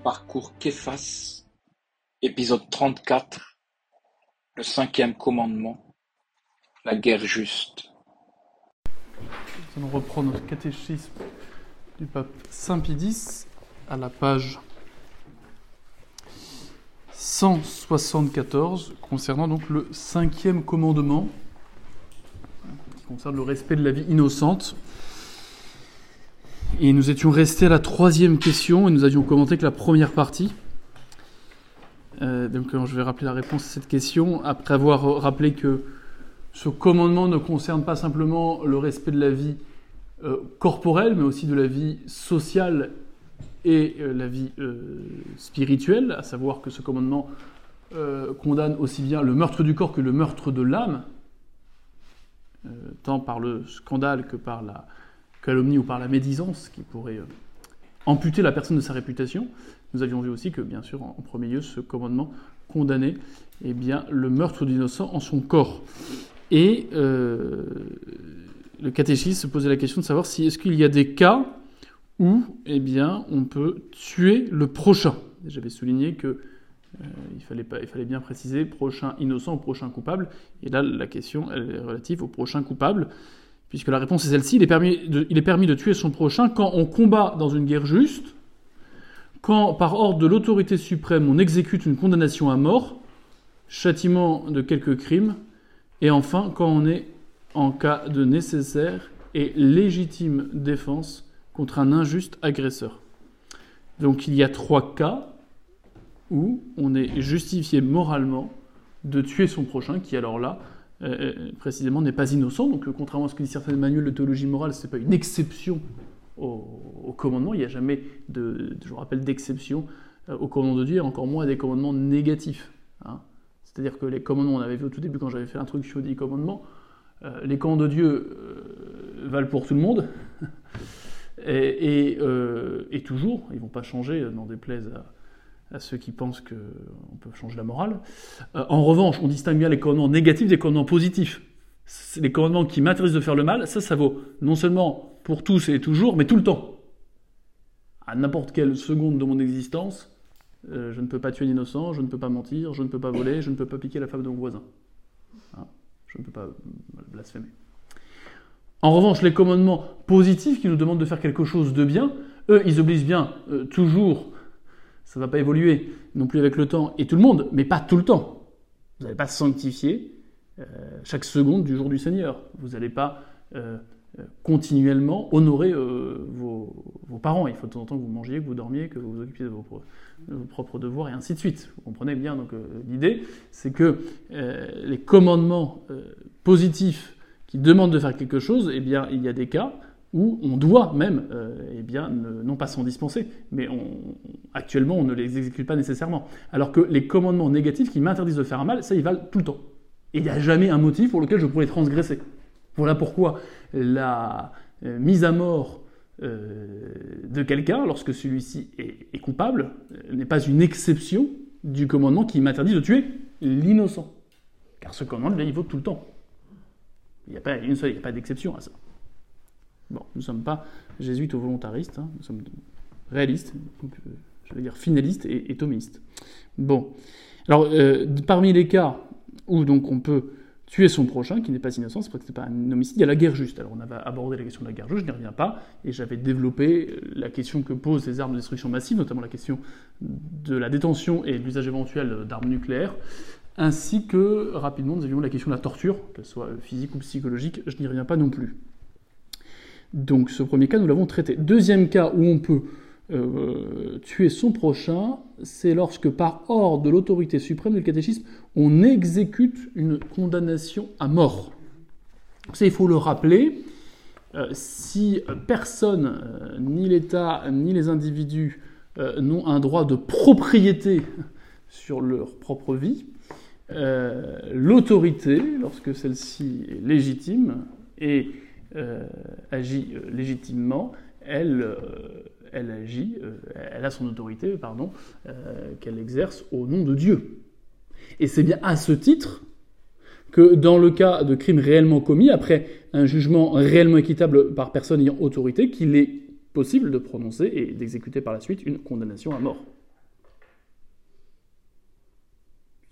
Parcours Képhas, épisode 34, le 5e commandement, la guerre juste. Nous allons reprendre notre catéchisme du pape Saint Pie X à la page 174, concernant donc le 5e commandement, qui concerne le respect de la vie innocente. Et nous étions restés à la 3e question, et nous avions commenté que la première partie. Donc je vais rappeler la réponse à cette question, après avoir rappelé que ce commandement ne concerne pas simplement le respect de la vie corporelle, mais aussi de la vie sociale et la vie spirituelle, à savoir que ce commandement condamne aussi bien le meurtre du corps que le meurtre de l'âme, tant par le scandale que par la calomnie ou par la médisance qui pourrait amputer la personne de sa réputation. Nous avions vu aussi que, bien sûr, en premier lieu, ce commandement condamnait le meurtre d'innocent en son corps. Et le catéchisme se posait la question de savoir si est-ce qu'il y a des cas où on peut tuer le prochain. Et j'avais souligné que il fallait bien préciser prochain innocent ou prochain coupable. Et là, la question elle est relative au prochain coupable, puisque la réponse est celle-ci. Il est permis de tuer son prochain quand on combat dans une guerre juste, quand par ordre de l'autorité suprême on exécute une condamnation à mort, châtiment de quelque crime, et enfin quand on est en cas de nécessaire et légitime défense contre un injuste agresseur. Donc il y a 3 cas où on est justifié moralement de tuer son prochain, qui alors là, précisément, n'est pas innocent. Donc contrairement à ce que disent certains manuels de théologie morale, ce n'est pas une exception au commandement. Il n'y a jamais, je vous rappelle, d'exception au commandement de Dieu, et encore moins à des commandements négatifs. C'est-à-dire que les commandements, on avait vu au tout début quand j'avais fait l'introduction aux 10 commandements, les commandements de Dieu valent pour tout le monde, et toujours, ils ne vont pas changer, n'en déplaise à ceux qui pensent qu'on peut changer la morale. En revanche, on distingue bien les commandements négatifs des commandements positifs. Les commandements qui m'interdisent de faire le mal, ça vaut non seulement pour tous et toujours, mais tout le temps. À n'importe quelle seconde de mon existence, je ne peux pas tuer un innocent, je ne peux pas mentir, je ne peux pas voler, je ne peux pas piquer la femme de mon voisin. Je ne peux pas blasphémer. En revanche, les commandements positifs qui nous demandent de faire quelque chose de bien, eux, ils obligent bien toujours. Ça ne va pas évoluer non plus avec le temps et tout le monde, mais pas tout le temps. Vous n'allez pas sanctifier chaque seconde du jour du Seigneur. Vous n'allez pas continuellement honorer vos parents. Il faut de temps en temps que vous mangiez, que vous dormiez, que vous vous occupiez de vos propres devoirs et ainsi de suite. Vous comprenez bien donc l'idée, c'est que les commandements positifs qui demandent de faire quelque chose, il y a des cas où on doit même, non pas s'en dispenser, mais actuellement on ne les exécute pas nécessairement. Alors que les commandements négatifs qui m'interdisent de faire un mal, ça ils valent tout le temps. Et il n'y a jamais un motif pour lequel je pourrais transgresser. Voilà pourquoi la mise à mort de quelqu'un, lorsque celui-ci est coupable, n'est pas une exception du commandement qui m'interdit de tuer l'innocent. Car ce commandement, il vaut tout le temps. Il n'y a pas d'exception à ça. Bon, nous ne sommes pas jésuites ou volontaristes, nous sommes réalistes, donc, je vais dire finalistes et thomistes. Bon, alors parmi les cas où donc on peut tuer son prochain, qui n'est pas innocent, c'est parce que ce n'est pas un homicide, il y a la guerre juste. Alors on avait abordé la question de la guerre juste, je n'y reviens pas, et j'avais développé la question que posent les armes de destruction massive, notamment la question de la détention et de l'usage éventuel d'armes nucléaires, ainsi que, rapidement, nous avions la question de la torture, qu'elle soit physique ou psychologique, je n'y reviens pas non plus. Donc ce premier cas, nous l'avons traité. Deuxième cas où on peut tuer son prochain, c'est lorsque par ordre de l'autorité suprême du catéchisme, on exécute une condamnation à mort. Ça, il faut le rappeler, si personne, ni l'État, ni les individus, n'ont un droit de propriété sur leur propre vie, l'autorité, lorsque celle-ci est légitime et agit légitimement, elle a son autorité, qu'elle exerce au nom de Dieu. Et c'est bien à ce titre que dans le cas de crimes réellement commis, après un jugement réellement équitable par personne ayant autorité, qu'il est possible de prononcer et d'exécuter par la suite une condamnation à mort.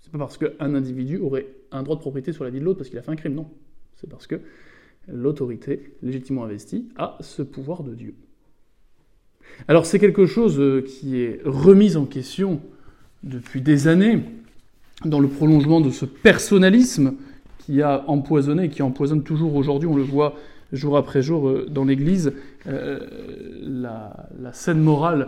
C'est pas parce qu'un individu aurait un droit de propriété sur la vie de l'autre parce qu'il a fait un crime, non. C'est parce que l'autorité, légitimement investie, a ce pouvoir de Dieu. Alors c'est quelque chose qui est remis en question depuis des années, dans le prolongement de ce personnalisme qui a empoisonné, qui empoisonne toujours aujourd'hui, on le voit jour après jour dans l'Église, la scène morale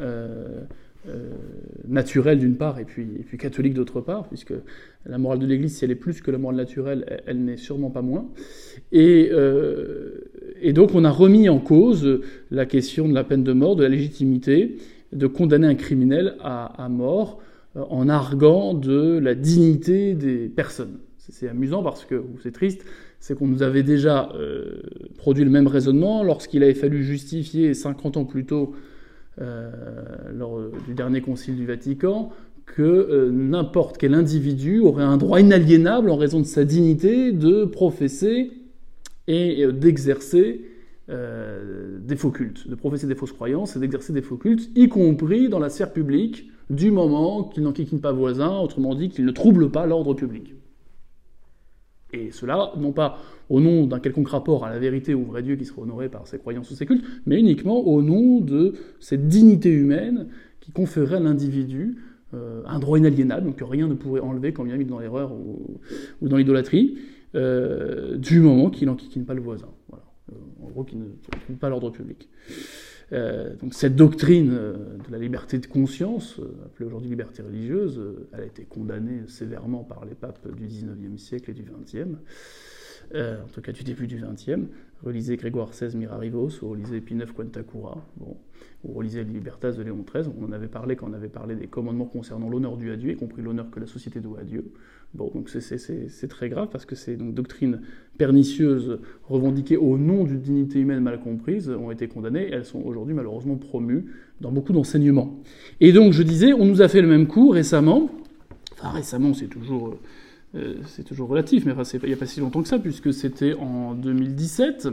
naturelle d'une part, et puis catholique d'autre part, puisque la morale de l'Église, si elle est plus que la morale naturelle, elle n'est sûrement pas moins. Et donc on a remis en cause la question de la peine de mort, de la légitimité de condamner un criminel à mort, en arguant de la dignité des personnes. C'est amusant parce que, ou c'est triste, c'est qu'on nous avait déjà produit le même raisonnement lorsqu'il avait fallu justifier 50 ans plus tôt, lors du dernier concile du Vatican, que n'importe quel individu aurait un droit inaliénable en raison de sa dignité de professer et d'exercer des faux cultes, de professer des fausses croyances et d'exercer des faux cultes, y compris dans la sphère publique, du moment qu'il n'enquiquine pas voisin, autrement dit qu'il ne trouble pas l'ordre public. Et cela, non pas au nom d'un quelconque rapport à la vérité ou au vrai Dieu qui serait honoré par ses croyances ou ses cultes, mais uniquement au nom de cette dignité humaine qui conférerait à l'individu un droit inaliénable, donc que rien ne pourrait enlever quand bien mis dans l'erreur ou dans l'idolâtrie, du moment qu'il n'enquiquine pas le voisin. Voilà. En gros, qu'il ne trouble pas l'ordre public. Donc cette doctrine de la liberté de conscience, appelée aujourd'hui liberté religieuse, elle a été condamnée sévèrement par les papes du XIXe siècle et du XXe, en tout cas du début du XXe. Relisez Grégoire XVI Mirarivos, ou relisez Pie IX Quanta Cura, ou relisez Libertas de Léon XIII. On en avait parlé quand on avait parlé des commandements concernant l'honneur dû à Dieu, y compris l'honneur que la société doit à Dieu. Bon, donc c'est très grave parce que ces doctrines pernicieuses revendiquées au nom d'une dignité humaine mal comprise ont été condamnées et elles sont aujourd'hui malheureusement promues dans beaucoup d'enseignements. Et donc je disais, on nous a fait le même coup récemment. Enfin récemment, c'est toujours relatif, mais enfin, il n'y a pas si longtemps que ça, puisque c'était en 2017.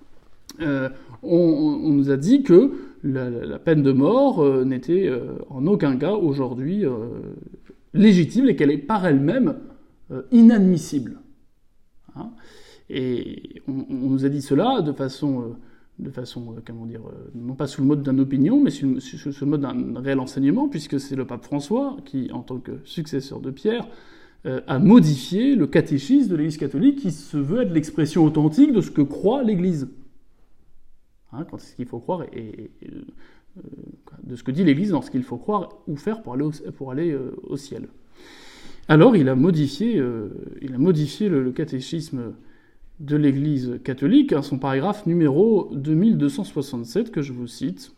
On nous a dit que la peine de mort n'était en aucun cas aujourd'hui légitime et qu'elle est par elle-même inadmissible. Hein, et on nous a dit cela de façon comment dire, non pas sous le mode d'une opinion, mais sous le mode d'un réel enseignement, puisque c'est le pape François qui, en tant que successeur de Pierre, a modifié le catéchisme de l'Église catholique qui se veut être l'expression authentique de ce que croit l'Église. Hein, quand c'est ce qu'il faut croire de ce que dit l'Église dans ce qu'il faut croire ou faire pour aller au ciel. Alors il a modifié le catéchisme de l'Église catholique, à son paragraphe numéro 2267, que je vous cite.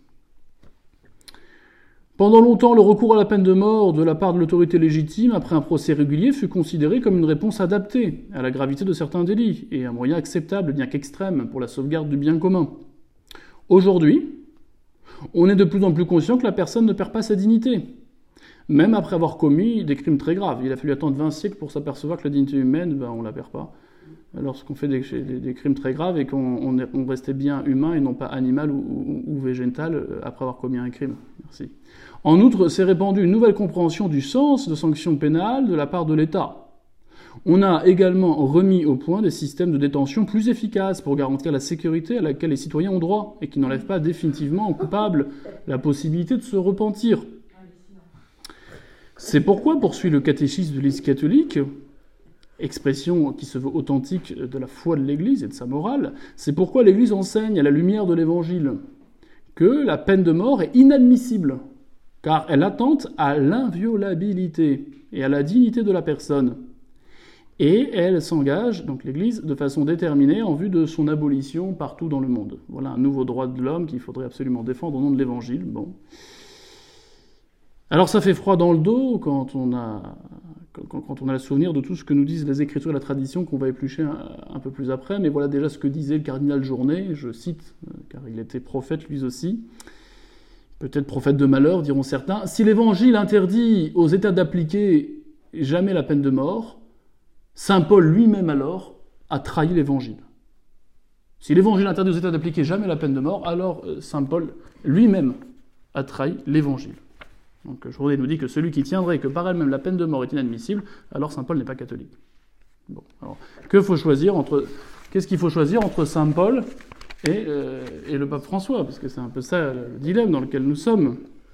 Pendant longtemps, le recours à la peine de mort de la part de l'autorité légitime, après un procès régulier, fut considéré comme une réponse adaptée à la gravité de certains délits, et un moyen acceptable, bien qu'extrême, pour la sauvegarde du bien commun. Aujourd'hui, on est de plus en plus conscient que la personne ne perd pas sa dignité, même après avoir commis des crimes très graves. Il a fallu attendre 20 siècles pour s'apercevoir que la dignité humaine, on la perd pas. Lorsqu'on fait des crimes très graves et qu'on restait bien humain et non pas animal ou végétal après avoir commis un crime. Merci. En outre, s'est répandue une nouvelle compréhension du sens de sanctions pénales de la part de l'État. On a également remis au point des systèmes de détention plus efficaces pour garantir la sécurité à laquelle les citoyens ont droit et qui n'enlèvent pas définitivement aux coupables la possibilité de se repentir. C'est pourquoi, poursuit le catéchisme de l'Église catholique, expression qui se veut authentique de la foi de l'Église et de sa morale, c'est pourquoi l'Église enseigne à la lumière de l'Évangile que la peine de mort est inadmissible, car elle attente à l'inviolabilité et à la dignité de la personne. Et elle s'engage, donc l'Église, de façon déterminée en vue de son abolition partout dans le monde. Voilà un nouveau droit de l'homme qu'il faudrait absolument défendre au nom de l'Évangile. Bon. Alors ça fait froid dans le dos quand on a le souvenir de tout ce que nous disent les Écritures et la tradition, qu'on va éplucher un peu plus après, mais voilà déjà ce que disait le cardinal Journet, je cite, car il était prophète lui aussi, peut-être prophète de malheur, diront certains. Si l'Évangile interdit aux États d'appliquer jamais la peine de mort, saint Paul lui-même alors a trahi l'Évangile. Si l'Évangile interdit aux États d'appliquer jamais la peine de mort, alors saint Paul lui-même a trahi l'Évangile. Donc Jourdain nous dit que celui qui tiendrait que par elle-même la peine de mort est inadmissible, alors saint Paul n'est pas catholique. Bon, alors, qu'est-ce qu'il faut choisir entre saint Paul et le pape François, parce que c'est un peu ça le dilemme dans lequel nous sommes.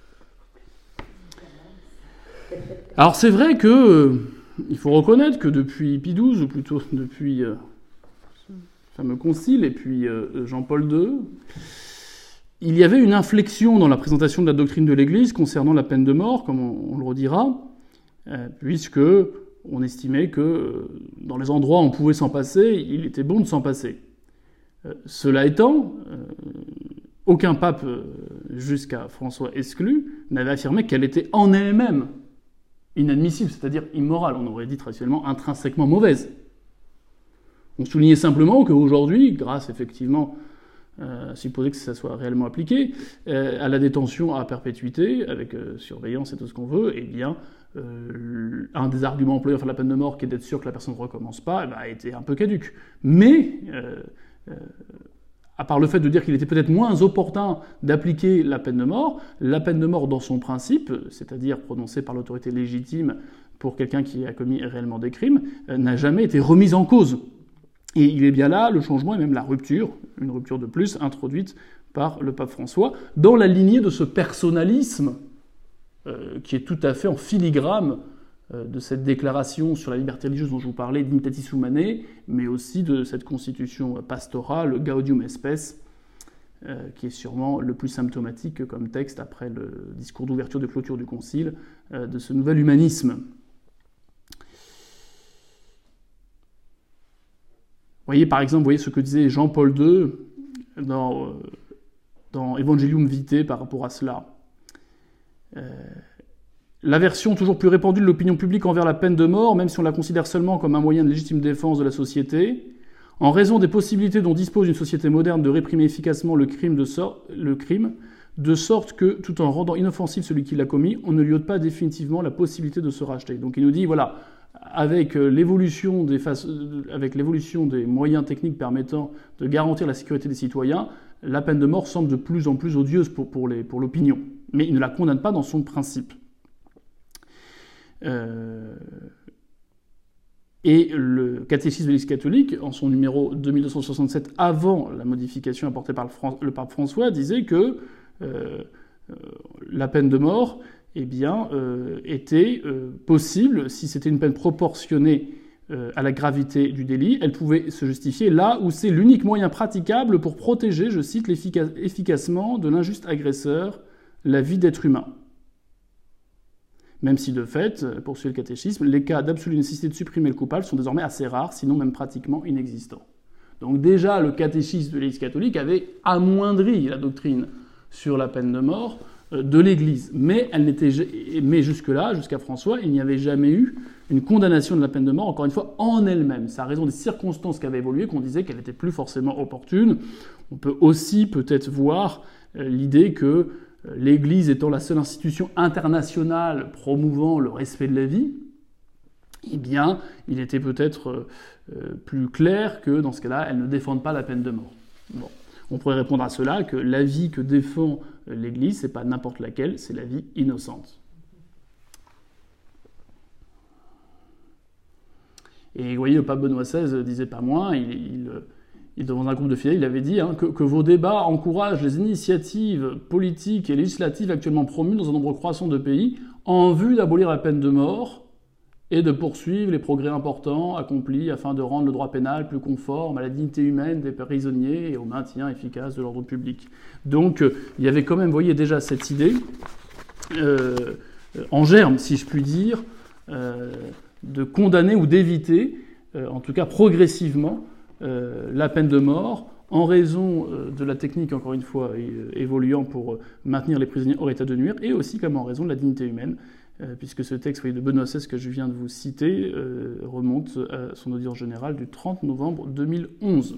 Alors c'est vrai que il faut reconnaître que depuis Pie XII, ou plutôt depuis le fameux concile, et puis Jean-Paul II, il y avait une inflexion dans la présentation de la doctrine de l'Église concernant la peine de mort, comme on le redira, puisque on estimait que dans les endroits où on pouvait s'en passer, il était bon de s'en passer. Cela étant, aucun pape, jusqu'à François exclu, n'avait affirmé qu'elle était en elle-même inadmissible, c'est-à-dire immorale, on aurait dit traditionnellement intrinsèquement mauvaise. On soulignait simplement qu'aujourd'hui, grâce effectivement, supposer que ça soit réellement appliqué, à la détention à perpétuité, avec surveillance et tout ce qu'on veut, eh bien, un des arguments employés en faveur de la peine de mort, qui est d'être sûr que la personne ne recommence pas, a été un peu caduque. Mais, à part le fait de dire qu'il était peut-être moins opportun d'appliquer la peine de mort dans son principe, c'est-à-dire prononcée par l'autorité légitime pour quelqu'un qui a commis réellement des crimes, n'a jamais été remise en cause. Et il est bien là le changement et même la rupture, une rupture de plus, introduite par le pape François, dans la lignée de ce personnalisme qui est tout à fait en filigrane de cette déclaration sur la liberté religieuse dont je vous parlais, Dignitatis Humanae, mais aussi de cette constitution pastorale, Gaudium Spes, qui est sûrement le plus symptomatique comme texte après le discours d'ouverture de clôture du Concile de ce nouvel humanisme. Voyez par exemple, ce que disait Jean-Paul II dans Evangelium Vitae par rapport à cela. La version toujours plus répandue de l'opinion publique envers la peine de mort, même si on la considère seulement comme un moyen de légitime défense de la société, en raison des possibilités dont dispose une société moderne de réprimer efficacement le crime, de sorte que, tout en rendant inoffensif celui qui l'a commis, on ne lui ôte pas définitivement la possibilité de se racheter. Donc il nous dit, voilà, avec l'évolution des moyens techniques permettant de garantir la sécurité des citoyens, la peine de mort semble de plus en plus odieuse pour l'opinion. Mais il ne la condamne pas dans son principe. Et le catéchisme de l'Église catholique, en son numéro 2267, avant la modification apportée par le pape François, disait que la peine de mort était possible si c'était une peine proportionnée à la gravité du délit. Elle pouvait se justifier là où c'est l'unique moyen praticable pour protéger, je cite, efficacement de l'injuste agresseur la vie d'être humain. Même si, de fait, poursuit le catéchisme, les cas d'absolue nécessité de supprimer le coupable sont désormais assez rares, sinon même pratiquement inexistants. Donc déjà, le catéchisme de l'Église catholique avait amoindri la doctrine sur la peine de mort de l'Église. Mais jusque-là, jusqu'à François, il n'y avait jamais eu une condamnation de la peine de mort, encore une fois, en elle-même. C'est à raison des circonstances qui avaient évolué qu'on disait qu'elle n'était plus forcément opportune. On peut aussi peut-être voir l'idée que l'Église étant la seule institution internationale promouvant le respect de la vie, eh bien, il était peut-être plus clair que, dans ce cas-là, elle ne défende pas la peine de mort. Bon. On pourrait répondre à cela que la vie que défend l'Église, c'est pas n'importe laquelle, c'est la vie innocente. Et vous voyez, le pape Benoît XVI disait pas moins, devant un groupe de fidèles, il avait dit que vos débats encouragent les initiatives politiques et législatives actuellement promues dans un nombre croissant de pays en vue d'abolir la peine de mort et de poursuivre les progrès importants accomplis afin de rendre le droit pénal plus conforme à la dignité humaine des prisonniers et au maintien efficace de l'ordre public. Donc il y avait quand même, vous voyez, déjà cette idée, en germe, si je puis dire, de condamner ou d'éviter, en tout cas progressivement, la peine de mort, en raison de la technique, encore une fois, évoluant pour maintenir les prisonniers hors état de nuire, et aussi comme en raison de la dignité humaine, puisque ce texte, vous voyez, de Benoît XVI que je viens de vous citer remonte à son audience générale du 30 novembre 2011.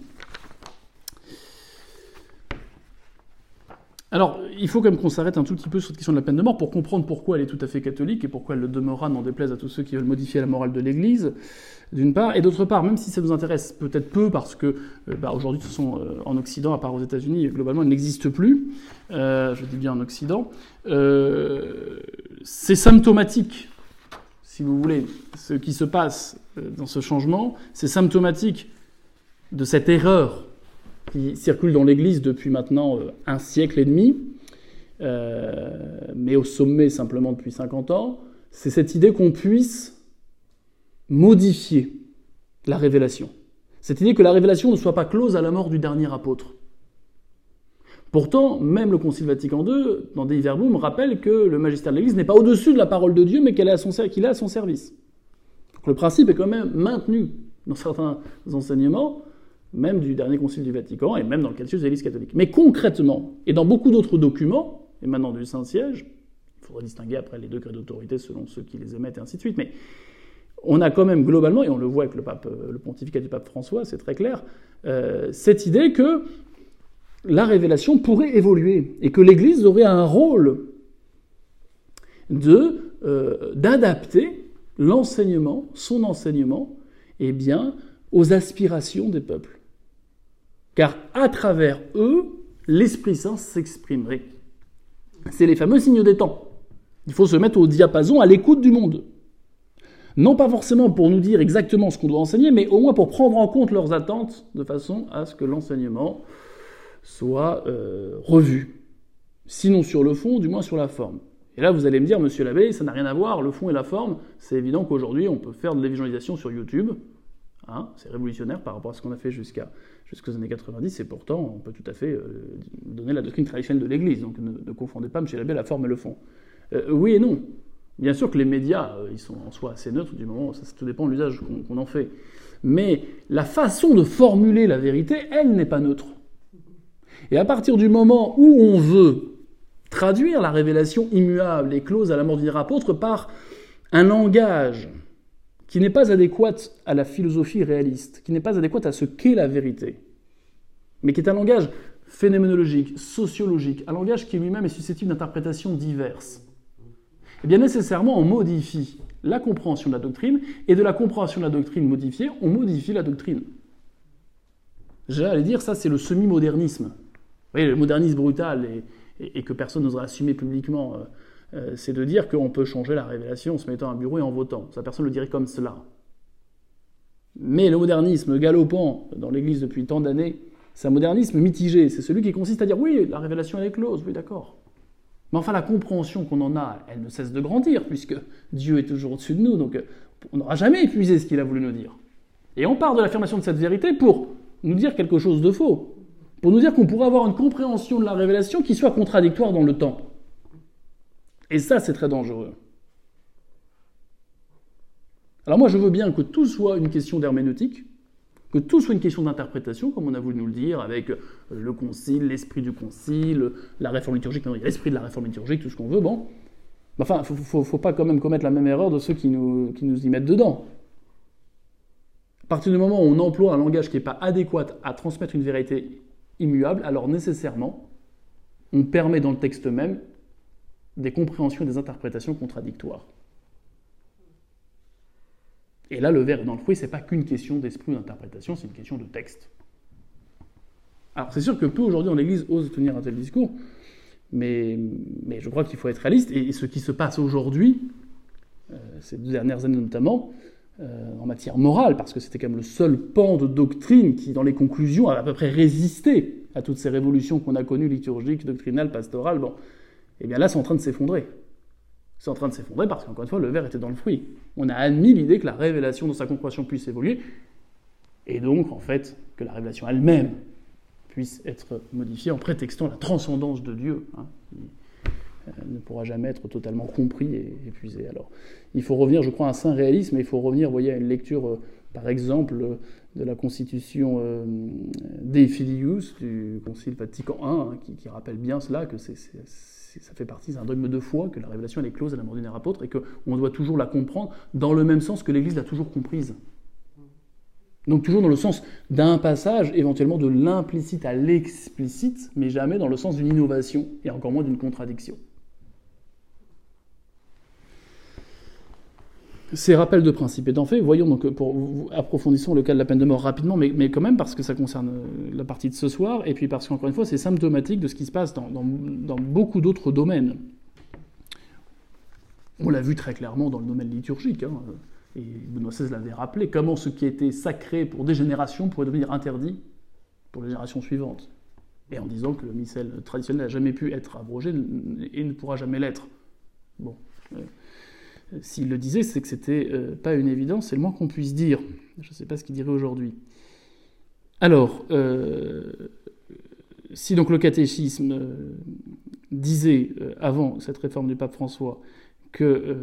Alors, il faut quand même qu'on s'arrête un tout petit peu sur cette question de la peine de mort pour comprendre pourquoi elle est tout à fait catholique et pourquoi elle le demeurera, n'en déplaise à tous ceux qui veulent modifier la morale de l'Église, d'une part, et d'autre part, même si ça nous intéresse peut-être peu, parce que aujourd'hui, de toute façon, en Occident, à part aux États-Unis, globalement, elle n'existe plus, je dis bien en Occident, c'est symptomatique, si vous voulez, ce qui se passe dans ce changement, c'est symptomatique de cette erreur qui circule dans l'Église depuis maintenant un siècle et demi, mais au sommet simplement depuis 50 ans, c'est cette idée qu'on puisse modifier la révélation. Cette idée que la révélation ne soit pas close à la mort du dernier apôtre. Pourtant, même le Concile Vatican II, dans Dei Verbum, rappelle que le magistère de l'Église n'est pas au-dessus de la parole de Dieu, mais qu'il est à son service. Donc le principe est quand même maintenu dans certains enseignements, même du dernier Concile du Vatican, et même dans le catéchisme de l'Église catholique. Mais concrètement, et dans beaucoup d'autres documents, émanant du Saint-Siège, il faudra distinguer après les degrés d'autorité selon ceux qui les émettent, et ainsi de suite, mais on a quand même globalement, et on le voit avec le pontificat du pape François, c'est très clair, cette idée que la révélation pourrait évoluer et que l'Église aurait un rôle d'adapter l'enseignement, son enseignement, eh bien, aux aspirations des peuples. Car à travers eux, l'Esprit Saint s'exprimerait. C'est les fameux signes des temps. Il faut se mettre au diapason, à l'écoute du monde. Non pas forcément pour nous dire exactement ce qu'on doit enseigner, mais au moins pour prendre en compte leurs attentes, de façon à ce que l'enseignement soit revu. Sinon sur le fond, du moins sur la forme. Et là, vous allez me dire, monsieur l'abbé, ça n'a rien à voir, le fond et la forme. C'est évident qu'aujourd'hui, on peut faire de l'évangélisation sur YouTube. Hein, c'est révolutionnaire par rapport à ce qu'on a fait jusqu'aux années 90, et pourtant, on peut tout à fait donner la doctrine traditionnelle de l'Église. Donc ne confondez pas, monsieur l'abbé, la forme et le fond. Oui et non. Bien sûr que les médias, ils sont en soi assez neutres du moment où ça tout dépend de l'usage qu'on en fait. Mais la façon de formuler la vérité, elle n'est pas neutre. Et à partir du moment où on veut traduire la révélation immuable et close à la mort du dernier apôtre par un langage qui n'est pas adéquat à la philosophie réaliste, qui n'est pas adéquat à ce qu'est la vérité, mais qui est un langage phénoménologique, sociologique, un langage qui lui-même est susceptible d'interprétations diverses, eh bien nécessairement on modifie la compréhension de la doctrine, et de la compréhension de la doctrine modifiée, on modifie la doctrine. J'allais dire, ça c'est le semi-modernisme. Vous voyez, le modernisme brutal et que personne n'osera assumer publiquement, c'est de dire qu'on peut changer la révélation en se mettant à un bureau et en votant. Ça, personne ne le dirait comme cela. Mais le modernisme galopant dans l'Église depuis tant d'années, c'est un modernisme mitigé. C'est celui qui consiste à dire, oui, la révélation elle est close, oui d'accord. Mais enfin, la compréhension qu'on en a, elle ne cesse de grandir, puisque Dieu est toujours au-dessus de nous, donc on n'aura jamais épuisé ce qu'il a voulu nous dire. Et on part de l'affirmation de cette vérité pour nous dire quelque chose de faux, pour nous dire qu'on pourrait avoir une compréhension de la révélation qui soit contradictoire dans le temps. Et ça, c'est très dangereux. Alors moi, je veux bien que tout soit une question d'herméneutique, que tout soit une question d'interprétation, comme on a voulu nous le dire, avec le concile, l'esprit du concile, la réforme liturgique, l'esprit de la réforme liturgique, tout ce qu'on veut, bon. Enfin, faut pas quand même commettre la même erreur de ceux qui nous y mettent dedans. À partir du moment où on emploie un langage qui n'est pas adéquat à transmettre une vérité immuable, alors nécessairement, on permet dans le texte même des compréhensions et des interprétations contradictoires. Et là, le ver est dans le fruit, c'est pas qu'une question d'esprit ou d'interprétation, c'est une question de texte. Alors, c'est sûr que peu aujourd'hui dans l'Église osent tenir un tel discours, mais je crois qu'il faut être réaliste, et ce qui se passe aujourd'hui, ces 2 dernières années notamment, en matière morale, parce que c'était quand même le seul pan de doctrine qui, dans les conclusions, a à peu près résisté à toutes ces révolutions qu'on a connues, liturgiques, doctrinales, pastorales, bon, et bien là, c'est en train de s'effondrer. C'est en train de s'effondrer parce qu'encore une fois, le ver était dans le fruit. On a admis l'idée que la révélation dans sa compréhension puisse évoluer, et donc, en fait, que la révélation elle-même puisse être modifiée en prétextant la transcendance de Dieu, hein, qui ne pourra jamais être totalement compris et épuisé. Alors, il faut revenir, je crois, à un saint réalisme, et il faut revenir, vous voyez, à une lecture, par exemple, de la constitution Dei Filius du Concile Vatican I, hein, qui rappelle bien cela, que ça fait partie d'un dogme de foi, que la révélation elle est close à la mort du dernier apôtre, et qu'on doit toujours la comprendre dans le même sens que l'Église l'a toujours comprise. Donc toujours dans le sens d'un passage, éventuellement de l'implicite à l'explicite, mais jamais dans le sens d'une innovation, et encore moins d'une contradiction. Ces rappels de principe étant faits, voyons donc, approfondissons le cas de la peine de mort rapidement, mais quand même parce que ça concerne la partie de ce soir, et puis parce qu'encore une fois, c'est symptomatique de ce qui se passe dans beaucoup d'autres domaines. On l'a vu très clairement dans le domaine liturgique, hein, et Benoît XVI l'avait rappelé, comment ce qui était sacré pour des générations pourrait devenir interdit pour les générations suivantes. Et en disant que le missel traditionnel n'a jamais pu être abrogé et ne pourra jamais l'être. Bon. S'il le disait, c'est que c'était pas une évidence, c'est le moins qu'on puisse dire. Je ne sais pas ce qu'il dirait aujourd'hui. Alors, si donc le catéchisme disait, avant cette réforme du pape François, que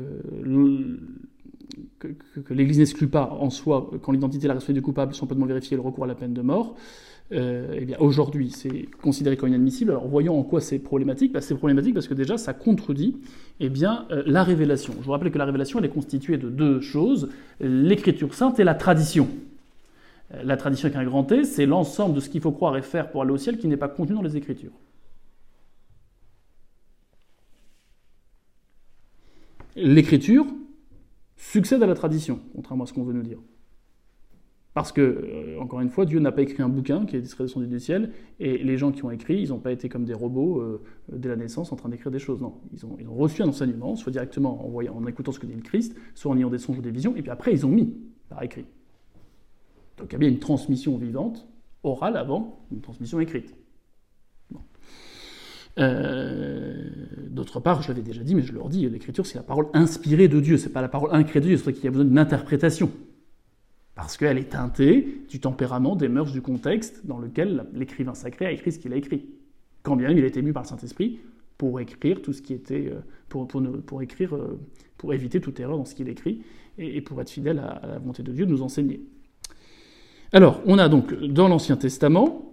l'Église n'exclut pas en soi, quand l'identité et la responsabilité du coupable sont complètement vérifiées, le recours à la peine de mort, eh bien aujourd'hui c'est considéré comme inadmissible. Alors voyons en quoi c'est problématique. C'est problématique parce que déjà ça contredit la révélation. Je vous rappelle que la révélation elle est constituée de deux choses, l'écriture sainte et la tradition. La tradition avec un grand T, c'est l'ensemble de ce qu'il faut croire et faire pour aller au ciel qui n'est pas contenu dans les Écritures. L'écriture succède à la tradition, contrairement à ce qu'on veut nous dire. Parce que, encore une fois, Dieu n'a pas écrit un bouquin qui serait descendu du ciel, et les gens qui ont écrit, ils n'ont pas été comme des robots dès la naissance en train d'écrire des choses. Non, ils ont reçu un enseignement, soit directement en écoutant ce que dit le Christ, soit en ayant des songes ou des visions, et puis après ils ont mis par écrit. Donc il y a bien une transmission vivante, orale avant, une transmission écrite. Bon. D'autre part, je l'avais déjà dit, mais je le redis, l'écriture c'est la parole inspirée de Dieu, c'est pas la parole incréée de Dieu, c'est vrai qu'il y a besoin d'une interprétation. Parce qu'elle est teintée du tempérament, des mœurs, du contexte dans lequel l'écrivain sacré a écrit ce qu'il a écrit. Quand bien même il a été ému par le Saint-Esprit pour écrire tout ce qui était... pour éviter toute erreur dans ce qu'il écrit et pour être fidèle à la volonté de Dieu de nous enseigner. Alors, on a donc dans l'Ancien Testament,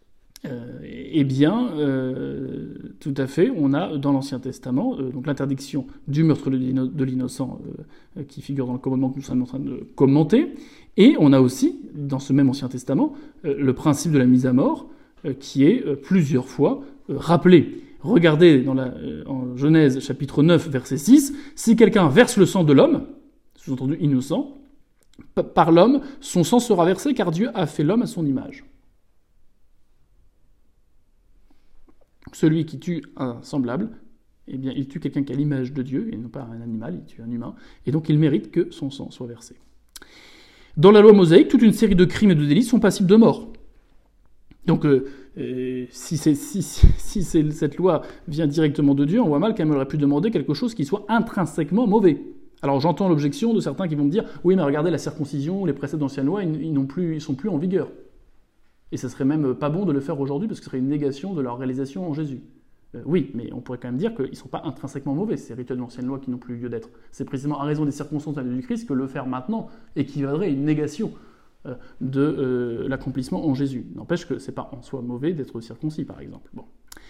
tout à fait, on a dans l'Ancien Testament donc l'interdiction du meurtre de l'innocent qui figure dans le commandement que nous sommes en train de commenter, et on a aussi, dans ce même Ancien Testament, le principe de la mise à mort qui est plusieurs fois rappelé. Regardez en Genèse chapitre 9, verset 6, « Si quelqu'un verse le sang de l'homme, sous-entendu innocent, par l'homme, son sang sera versé car Dieu a fait l'homme à son image. » Celui qui tue un semblable, eh bien, il tue quelqu'un qui a l'image de Dieu, et non pas un animal, il tue un humain, et donc il mérite que son sang soit versé. Dans la loi mosaïque, toute une série de crimes et de délits sont passibles de mort. Donc, si cette loi vient directement de Dieu, on voit mal qu'elle aurait pu demander quelque chose qui soit intrinsèquement mauvais. Alors j'entends l'objection de certains qui vont me dire « Oui, mais regardez, la circoncision, les préceptes d'ancienne loi, ils sont plus en vigueur. » Et ce serait même pas bon de le faire aujourd'hui parce que ce serait une négation de leur réalisation en Jésus. Oui, mais on pourrait quand même dire qu'ils ne sont pas intrinsèquement mauvais, ces rituels de l'ancienne loi qui n'ont plus lieu d'être. C'est précisément à raison des circonstances de la vie du Christ que le faire maintenant équivaudrait à une négation de l'accomplissement en Jésus. N'empêche que ce n'est pas en soi mauvais d'être circoncis, par exemple. Bon.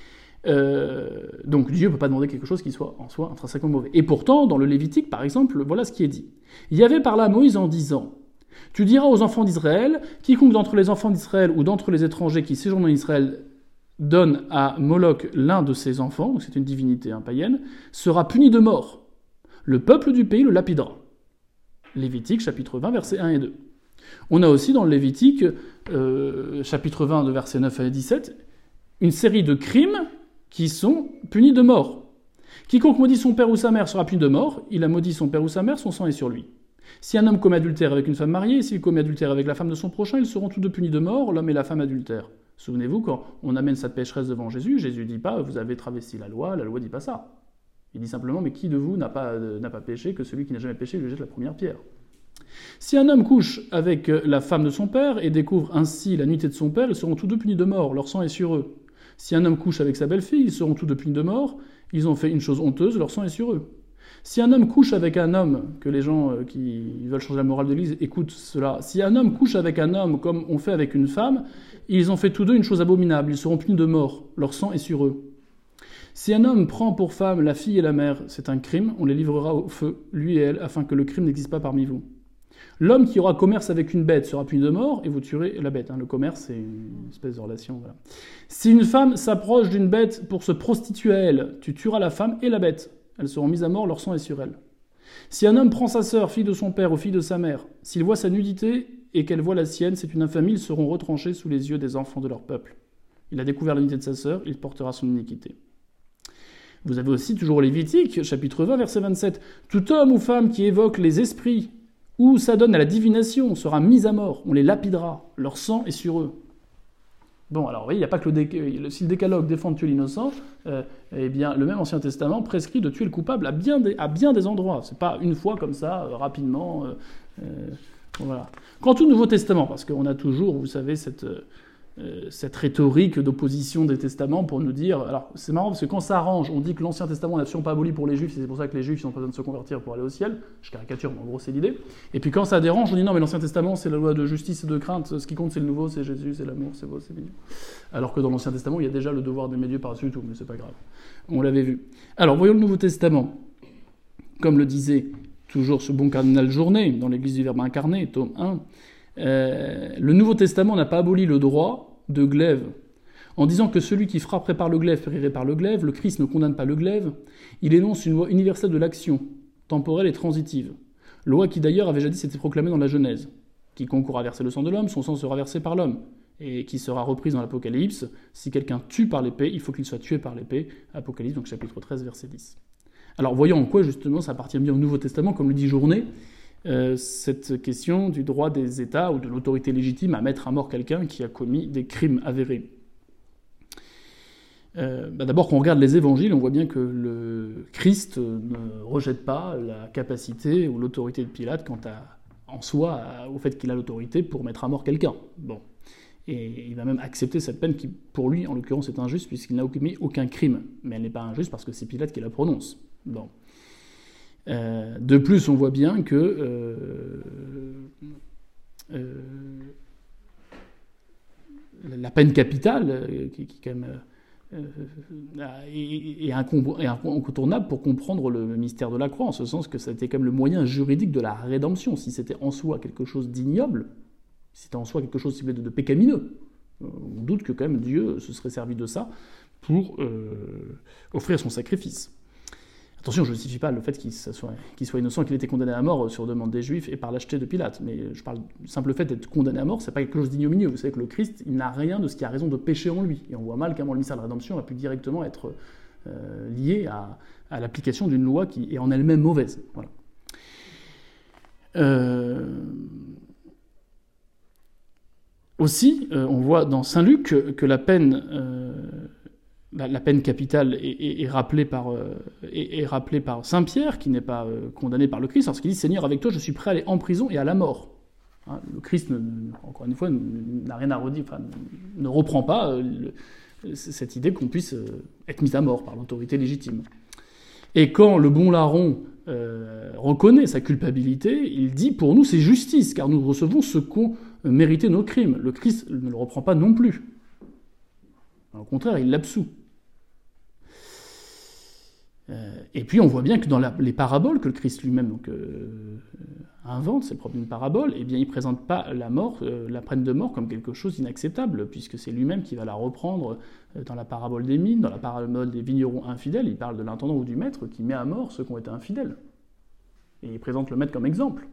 Donc Dieu ne peut pas demander quelque chose qui soit en soi intrinsèquement mauvais. Et pourtant, dans le Lévitique, par exemple, voilà ce qui est dit. Il y avait par là Moïse en disant « Tu diras aux enfants d'Israël, quiconque d'entre les enfants d'Israël ou d'entre les étrangers qui séjournent en Israël donne à Moloch l'un de ses enfants, donc c'est une divinité païenne, sera puni de mort. Le peuple du pays le lapidera. » Lévitique, chapitre 20, versets 1 et 2. On a aussi dans le Lévitique, chapitre 20, de versets 9 à 17, une série de crimes qui sont punis de mort. Quiconque maudit son père ou sa mère sera puni de mort, il a maudit son père ou sa mère, son sang est sur lui. Si un homme commet adultère avec une femme mariée, et s'il commet adultère avec la femme de son prochain, ils seront tous deux punis de mort, l'homme et la femme adultère. Souvenez-vous, quand on amène cette pécheresse devant Jésus, Jésus dit pas « vous avez travesti la loi dit pas ça ». Il dit simplement « mais qui de vous n'a pas péché que celui qui n'a jamais péché lui jette la première pierre ?» Si un homme couche avec la femme de son père et découvre ainsi la nudité de son père, ils seront tous deux punis de mort, leur sang est sur eux. Si un homme couche avec sa belle-fille, ils seront tous deux punis de mort, ils ont fait une chose honteuse, leur sang est sur eux. Si un homme couche avec un homme, que les gens qui veulent changer la morale de l'Église écoutent cela, si un homme couche avec un homme comme on fait avec une femme, ils ont fait tous deux une chose abominable, ils seront punis de mort, leur sang est sur eux. Si un homme prend pour femme la fille et la mère, c'est un crime, on les livrera au feu, lui et elle, afin que le crime n'existe pas parmi vous. L'homme qui aura commerce avec une bête sera puni de mort, et vous tuerez la bête. Le commerce, c'est une espèce de relation. Voilà. Si une femme s'approche d'une bête pour se prostituer à elle, tu tueras la femme et la bête. Elles seront mises à mort, leur sang est sur elles. Si un homme prend sa sœur, fille de son père ou fille de sa mère, s'il voit sa nudité et qu'elle voit la sienne, c'est une infamie, ils seront retranchés sous les yeux des enfants de leur peuple. Il a découvert la nudité de sa sœur, il portera son iniquité. Vous avez aussi toujours Lévitique, chapitre 20, verset 27. « Tout homme ou femme qui évoque les esprits ou s'adonne à la divination sera mis à mort, on les lapidera, leur sang est sur eux. » Bon, alors, vous voyez, il n'y a pas que si le décalogue défend de tuer l'innocent, eh bien, le même Ancien Testament prescrit de tuer le coupable à bien des endroits. C'est pas une fois comme ça, rapidement. Voilà. Quant au Nouveau Testament, parce qu'on a toujours, vous savez, cette rhétorique d'opposition des testaments pour nous dire... Alors, c'est marrant, parce que quand ça arrange, on dit que l'Ancien Testament n'est absolument pas aboli pour les Juifs, et c'est pour ça que les Juifs n'ont pas besoin de se convertir pour aller au ciel. Je caricature, mais en gros, c'est l'idée. Et puis quand ça dérange, on dit non, mais l'Ancien Testament, c'est la loi de justice et de crainte, ce qui compte, c'est le nouveau, c'est Jésus, c'est l'amour, c'est beau, c'est mignon. Alors que dans l'Ancien Testament, il y a déjà le devoir d'aimer Dieu par-dessus tout, mais c'est pas grave. On l'avait vu. Alors, voyons le Nouveau Testament. Comme le disait toujours ce bon cardinal Journet, dans l'Église du Verbe incarné, tome 1, le Nouveau Testament n'a pas aboli le droit de glaive. En disant que celui qui frapperait par le glaive périrait par le glaive, le Christ ne condamne pas le glaive, il énonce une loi universelle de l'action, temporelle et transitive. Loi qui d'ailleurs avait jadis été proclamée dans la Genèse. Quiconque aura versé le sang de l'homme, son sang sera versé par l'homme. Et qui sera reprise dans l'Apocalypse. Si quelqu'un tue par l'épée, il faut qu'il soit tué par l'épée. Apocalypse, donc chapitre 13, verset 10. Alors voyons en quoi justement ça appartient bien au Nouveau Testament, comme le dit Journet, cette question du droit des États ou de l'autorité légitime à mettre à mort quelqu'un qui a commis des crimes avérés. D'abord, quand on regarde les évangiles, on voit bien que le Christ ne rejette pas la capacité ou l'autorité de Pilate en soi au fait qu'il a l'autorité pour mettre à mort quelqu'un. Bon. Et il va même accepter cette peine qui, pour lui, en l'occurrence, est injuste puisqu'il n'a commis aucun crime. Mais elle n'est pas injuste parce que c'est Pilate qui la prononce. Bon. De plus, on voit bien que la peine capitale, qui quand même est incontournable pour comprendre le mystère de la croix, en ce sens que c'était quand même le moyen juridique de la rédemption. Si c'était en soi quelque chose d'ignoble, si c'était en soi quelque chose de pécamineux, on doute que quand même Dieu se serait servi de ça pour offrir son sacrifice. Attention, je ne justifie pas le fait qu'il soit innocent, qu'il ait été condamné à mort sur demande des Juifs et par lâcheté de Pilate. Mais je parle du simple fait d'être condamné à mort, c'est pas quelque chose d'ignominieux. Vous savez que le Christ, il n'a rien de ce qui a raison de pécher en lui. Et on voit mal comment le mystère de la rédemption a pu directement être lié à l'application d'une loi qui est en elle-même mauvaise. Voilà. Aussi, on voit dans Saint Luc que la peine capitale est rappelée par Saint Pierre, qui n'est pas condamné par le Christ, lorsqu'il dit « Seigneur, avec toi, je suis prêt à aller en prison et à la mort ». Hein, le Christ, encore une fois, n'a rien à redire, ne reprend pas cette idée qu'on puisse être mis à mort par l'autorité légitime. Et quand le bon larron reconnaît sa culpabilité, il dit « Pour nous, c'est justice, car nous recevons ce qu'ont mérité nos crimes ». Le Christ ne le reprend pas non plus. Au contraire, il l'absout. Et puis on voit bien que dans les paraboles que le Christ lui-même invente, c'est propre d'une parabole, eh bien il ne présente pas la mort, la peine de mort comme quelque chose d'inacceptable, puisque c'est lui-même qui va la reprendre dans la parabole des mines, dans la parabole des vignerons infidèles. Il parle de l'intendant ou du maître qui met à mort ceux qui ont été infidèles. Et il présente le maître comme exemple.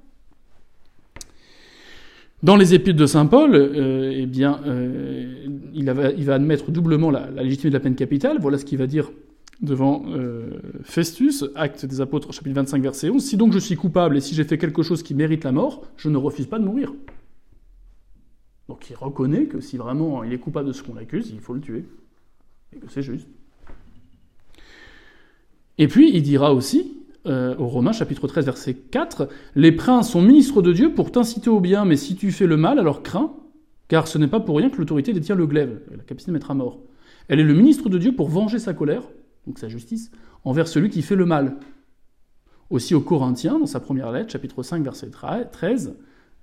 Dans les épîtres de saint Paul, il va admettre doublement la légitimité de la peine capitale. Voilà ce qu'il va dire devant Festus, Actes des Apôtres, chapitre 25, verset 11. « Si donc je suis coupable et si j'ai fait quelque chose qui mérite la mort, je ne refuse pas de mourir. » Donc il reconnaît que si vraiment il est coupable de ce qu'on l'accuse, il faut le tuer. Et que c'est juste. Et puis il dira aussi, aux Romains, chapitre 13, verset 4, « Les princes sont ministres de Dieu pour t'inciter au bien, mais si tu fais le mal, alors crains, car ce n'est pas pour rien que l'autorité détient le glaive, la capacité de mettre à mort. Elle est le ministre de Dieu pour venger sa colère, donc sa justice, envers celui qui fait le mal. » Aussi aux Corinthiens, dans sa première lettre, chapitre 5, verset 13,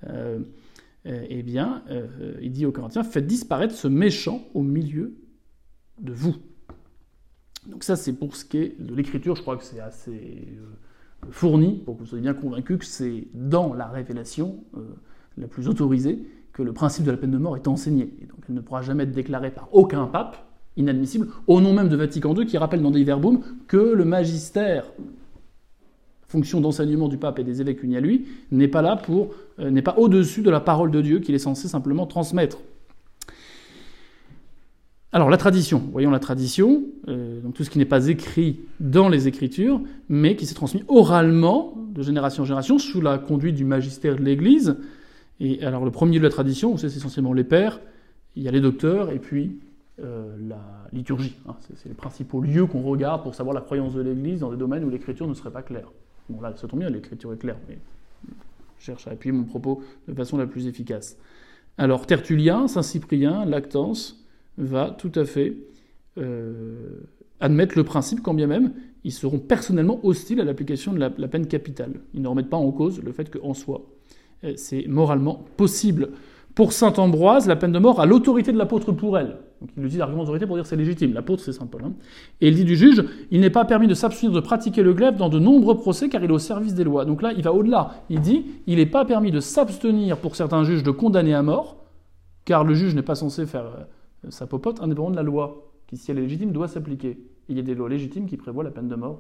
il dit aux Corinthiens « Faites disparaître ce méchant au milieu de vous. » Donc ça, c'est pour ce qui est de l'écriture. Je crois que c'est assez fourni pour que vous soyez bien convaincus que c'est dans la révélation la plus autorisée que le principe de la peine de mort est enseigné. Et donc elle ne pourra jamais être déclarée par aucun pape, inadmissible, au nom même de Vatican II, qui rappelle dans Dei Verbum que le magistère, fonction d'enseignement du pape et des évêques unis à lui, n'est pas au-dessus de la parole de Dieu qu'il est censé simplement transmettre. Alors la tradition, voyons la tradition, donc tout ce qui n'est pas écrit dans les Écritures, mais qui s'est transmis oralement de génération en génération sous la conduite du magistère de l'Église. Et alors le premier de la tradition, c'est essentiellement les pères, il y a les docteurs, et puis la liturgie. C'est les principaux lieux qu'on regarde pour savoir la croyance de l'Église dans des domaines où l'Écriture ne serait pas claire. Bon là, ça tombe bien, l'Écriture est claire, mais je cherche à appuyer mon propos de façon la plus efficace. Alors Tertullien, Saint-Cyprien, Lactance va tout à fait admettre le principe, quand bien même ils seront personnellement hostiles à l'application de la peine capitale. Ils ne remettent pas en cause le fait qu'en soi, c'est moralement possible. Pour saint Ambroise, la peine de mort a l'autorité de l'apôtre pour elle. Donc il utilise l'argument d'autorité pour dire que c'est légitime. L'apôtre, c'est saint Paul. Et il dit du juge, il n'est pas permis de s'abstenir de pratiquer le glaive dans de nombreux procès car il est au service des lois. Donc là, il va au-delà. Il dit, il n'est pas permis de s'abstenir pour certains juges de condamner à mort, car le juge n'est pas censé faire sa popote indépendamment de la loi, qui, si elle est légitime, doit s'appliquer. Il y a des lois légitimes qui prévoient la peine de mort.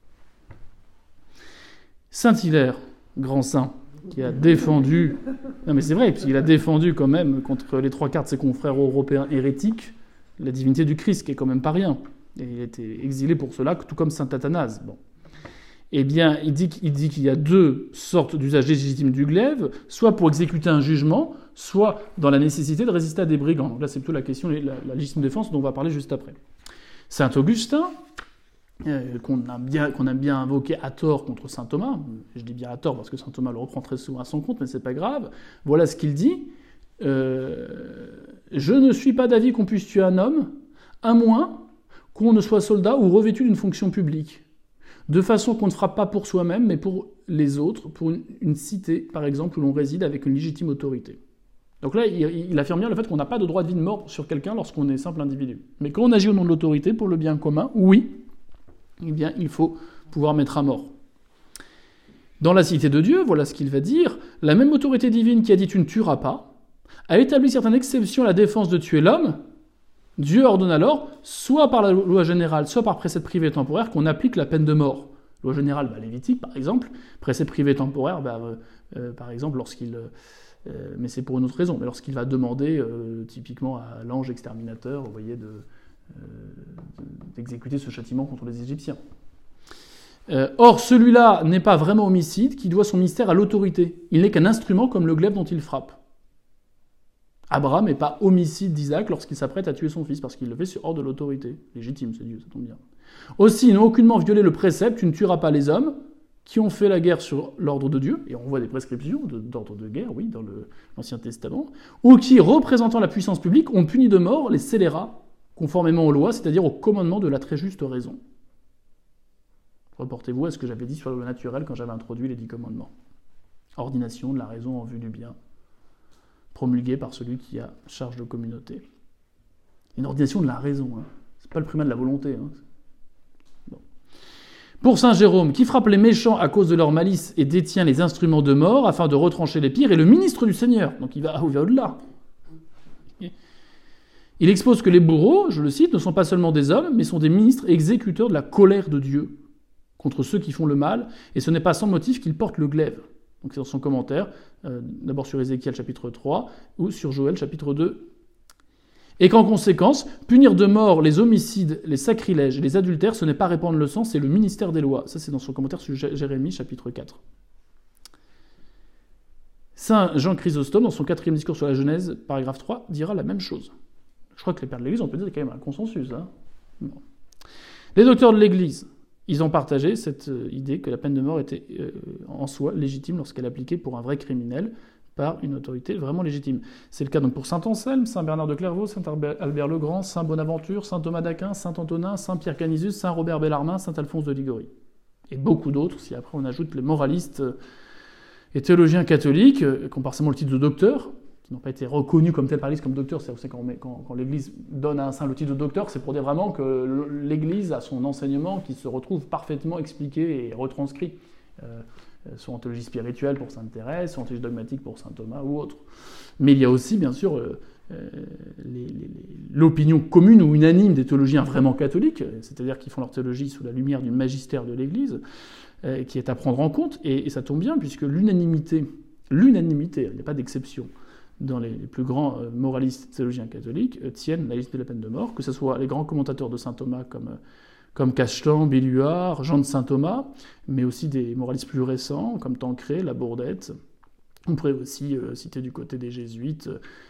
Saint-Hilaire, grand saint, qui a défendu... Non mais c'est vrai, puisqu'il a défendu quand même, contre les trois quarts de ses confrères européens hérétiques, la divinité du Christ, qui est quand même pas rien. Et il a été exilé pour cela, tout comme saint Athanase. Bon. Eh bien, il dit qu'il y a deux sortes d'usage légitime du glaive, soit pour exécuter un jugement, soit dans la nécessité de résister à des brigands. Donc là, c'est plutôt la question de la légitime défense dont on va parler juste après. Saint Augustin, qu'on aime bien invoquer à tort contre saint Thomas, je dis bien à tort parce que saint Thomas le reprend très souvent à son compte, mais c'est pas grave, voilà ce qu'il dit. Je ne suis pas d'avis qu'on puisse tuer un homme, à moins qu'on ne soit soldat ou revêtu d'une fonction publique, de façon qu'on ne frappe pas pour soi-même, mais pour les autres, pour une cité, par exemple, où l'on réside avec une légitime autorité. Donc là, il affirme bien le fait qu'on n'a pas de droit de vie de mort sur quelqu'un lorsqu'on est simple individu. Mais quand on agit au nom de l'autorité, pour le bien commun, oui, eh bien, il faut pouvoir mettre à mort. Dans la cité de Dieu, voilà ce qu'il va dire, la même autorité divine qui a dit « tu ne tueras pas » a établi certaines exceptions à la défense de tuer l'homme. Dieu ordonne alors, soit par la loi générale, soit par précepte privé temporaire, qu'on applique la peine de mort. Loi générale, Lévitique, par exemple. Précepte privé temporaire, par exemple, lorsqu'il... mais c'est pour une autre raison. Mais lorsqu'il va demander, typiquement à l'ange exterminateur, vous voyez, d'exécuter ce châtiment contre les Égyptiens. Or, celui-là n'est pas vraiment homicide, qui doit son mystère à l'autorité. Il n'est qu'un instrument comme le glaive dont il frappe. Abraham n'est pas homicide d'Isaac lorsqu'il s'apprête à tuer son fils, parce qu'il le fait hors de l'autorité. Légitime, c'est Dieu, ça tombe bien. Aussi, ils n'ont aucunement violé le précepte « tu ne tueras pas les hommes » qui ont fait la guerre sur l'ordre de Dieu, et on voit des prescriptions d'ordre de guerre, oui, dans l'Ancien Testament, ou qui, représentant la puissance publique, ont puni de mort les scélérats, conformément aux lois, c'est-à-dire au commandement de la très juste raison. Reportez-vous à ce que j'avais dit sur le naturel quand j'avais introduit les 10 commandements. Ordination de la raison en vue du bien, promulguée par celui qui a charge de communauté. Une ordination de la raison, c'est pas le primat de la volonté. Bon. Pour saint Jérôme, qui frappe les méchants à cause de leur malice et détient les instruments de mort afin de retrancher les pires, est le ministre du Seigneur. Donc il va au-delà. Il expose que les bourreaux, je le cite, ne sont pas seulement des hommes, mais sont des ministres exécuteurs de la colère de Dieu contre ceux qui font le mal, et ce n'est pas sans motif qu'ils portent le glaive. Donc c'est dans son commentaire, d'abord sur Ézéchiel chapitre 3, ou sur Joël chapitre 2. Et qu'en conséquence, punir de mort les homicides, les sacrilèges et les adultères, ce n'est pas répandre le sang, c'est le ministère des lois. Ça c'est dans son commentaire sur Jérémie chapitre 4. Saint Jean Chrysostome, dans son 4e discours sur la Genèse, paragraphe 3, dira la même chose. Je crois que les pères de l'Église, on peut dire qu'il y a quand même un consensus. Bon. Les docteurs de l'Église, ils ont partagé cette idée que la peine de mort était en soi légitime lorsqu'elle est appliquée pour un vrai criminel par une autorité vraiment légitime. C'est le cas donc pour saint Anselme, saint Bernard de Clairvaux, saint Albert le Grand, saint Bonaventure, saint Thomas d'Aquin, saint Antonin, saint Pierre Canisius, saint Robert Bellarmin, saint Alphonse de Liguori. Et beaucoup d'autres, si après on ajoute les moralistes et théologiens catholiques, qui ont forcément le titre de docteur, qui n'ont pas été reconnus comme tels par l'Église comme docteurs. C'est quand l'Église donne à un saint le titre de docteur, c'est pour dire vraiment que l'Église a son enseignement qui se retrouve parfaitement expliqué et retranscrit, soit en théologie spirituelle pour sainte Thérèse, soit en théologie dogmatique pour saint Thomas ou autre. Mais il y a aussi, bien sûr, l'opinion commune ou unanime des théologiens vraiment catholiques, c'est-à-dire qui font leur théologie sous la lumière du magistère de l'Église, qui est à prendre en compte, et ça tombe bien, puisque l'unanimité, il n'y a pas d'exception, dans les plus grands moralistes théologiens catholiques, tiennent la légitimité de la peine de mort, que ce soit les grands commentateurs de saint Thomas comme Cachetan, Béluard, Jean de Saint-Thomas, mais aussi des moralistes plus récents, comme Tancré, Labourdette. On pourrait aussi citer du côté des jésuites,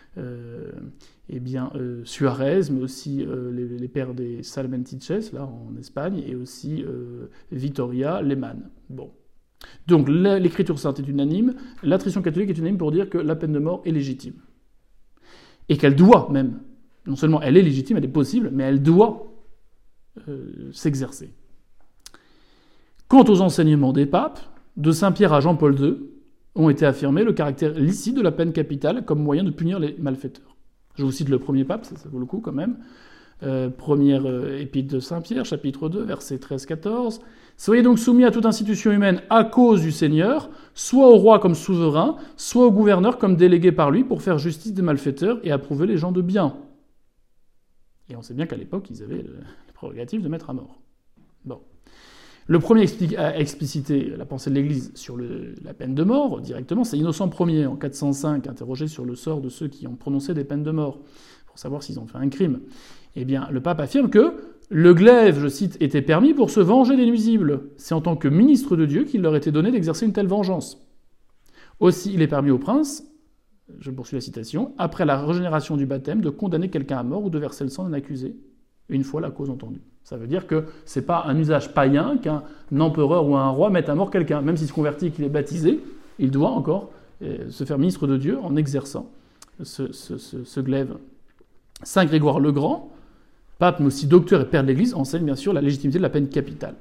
Suarez, mais aussi les pères des Salmentiches, là en Espagne, et aussi Vittoria, Lehmann. Bon. Donc l'écriture sainte est unanime, la tradition catholique est unanime pour dire que la peine de mort est légitime. Et qu'elle doit même, non seulement elle est légitime, elle est possible, mais elle doit s'exercer. Quant aux enseignements des papes, de Saint-Pierre à Jean-Paul II, ont été affirmés le caractère licite de la peine capitale comme moyen de punir les malfaiteurs. Je vous cite le premier pape, ça vaut le coup quand même. Première épître de Saint-Pierre, chapitre 2, versets 13-14. « Soyez donc soumis à toute institution humaine à cause du Seigneur, soit au roi comme souverain, soit au gouverneur comme délégué par lui pour faire justice des malfaiteurs et approuver les gens de bien. » Et on sait bien qu'à l'époque, ils avaient la prérogative de mettre à mort. Bon. Le premier à expliciter la pensée de l'Église sur la peine de mort, directement, c'est Innocent Ier, en 405, interrogé sur le sort de ceux qui ont prononcé des peines de mort, pour savoir s'ils ont fait un crime. Eh bien, le pape affirme que le glaive, je cite, était permis pour se venger des nuisibles. C'est en tant que ministre de Dieu qu'il leur était donné d'exercer une telle vengeance. Aussi, il est permis aux princes, je poursuis la citation, après la régénération du baptême, de condamner quelqu'un à mort ou de verser le sang d'un accusé, une fois la cause entendue. Ça veut dire que c'est pas un usage païen qu'un empereur ou un roi mette à mort quelqu'un. Même s'il se convertit et qu'il est baptisé, il doit encore se faire ministre de Dieu en exerçant ce glaive. Saint Grégoire le Grand, pape mais aussi docteur et père de l'Église, enseigne bien sûr la légitimité de la peine capitale.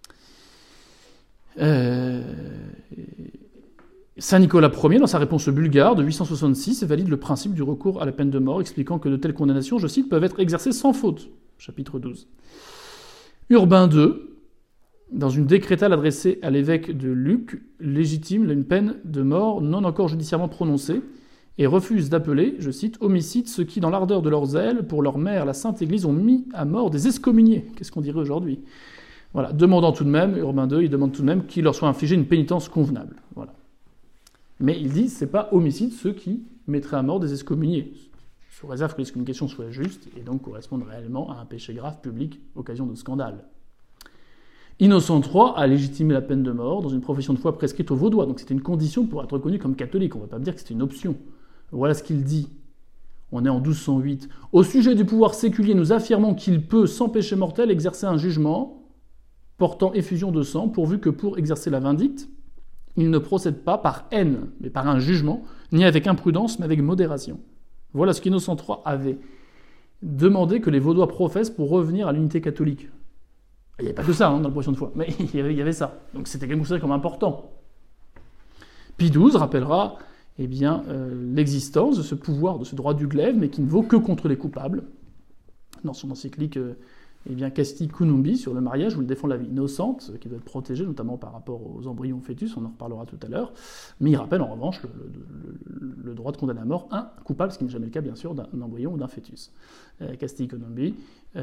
Saint Nicolas Ier, dans sa réponse bulgare de 866, valide le principe du recours à la peine de mort, expliquant que de telles condamnations, je cite, peuvent être exercées sans faute. Chapitre 12. Urbain II, dans une décrétale adressée à l'évêque de Lucques, légitime une peine de mort non encore judiciairement prononcée et refuse d'appeler, je cite, homicide ceux qui, dans l'ardeur de leur zèle, pour leur mère, la Sainte Église, ont mis à mort des excommuniés. Qu'est-ce qu'on dirait aujourd'hui ? Voilà, demandant tout de même, Urbain II, il demande tout de même qu'il leur soit infligé une pénitence convenable. Voilà. Mais il dit, c'est pas homicide ceux qui mettraient à mort des excommuniés, sous réserve que l'excommunication soit juste et donc corresponde réellement à un péché grave public, occasion de scandale. Innocent III a légitimé la peine de mort dans une profession de foi prescrite aux Vaudois, donc c'était une condition pour être reconnu comme catholique, on ne va pas me dire que c'était une option. Voilà ce qu'il dit. On est en 1208. « Au sujet du pouvoir séculier, nous affirmons qu'il peut, sans péché mortel, exercer un jugement portant effusion de sang, pourvu que pour exercer la vindicte, il ne procède pas par haine, mais par un jugement, ni avec imprudence, mais avec modération. » Voilà ce qu'Innocent III avait demandé que les Vaudois professent pour revenir à l'unité catholique. Il n'y avait pas que ça dans la profession de foi, mais il y avait ça. Donc c'était considéré comme important. Pie XII rappellera l'existence de ce pouvoir, de ce droit du glaive, mais qui ne vaut que contre les coupables. Dans son encyclique Casti Cunumbi sur le mariage, où il défend la vie innocente, qui doit être protégée, notamment par rapport aux embryons fœtus, on en reparlera tout à l'heure. Mais il rappelle en revanche le droit de condamner à mort un coupable, ce qui n'est jamais le cas, bien sûr, d'un embryon ou d'un fœtus. Casti Cunumbi,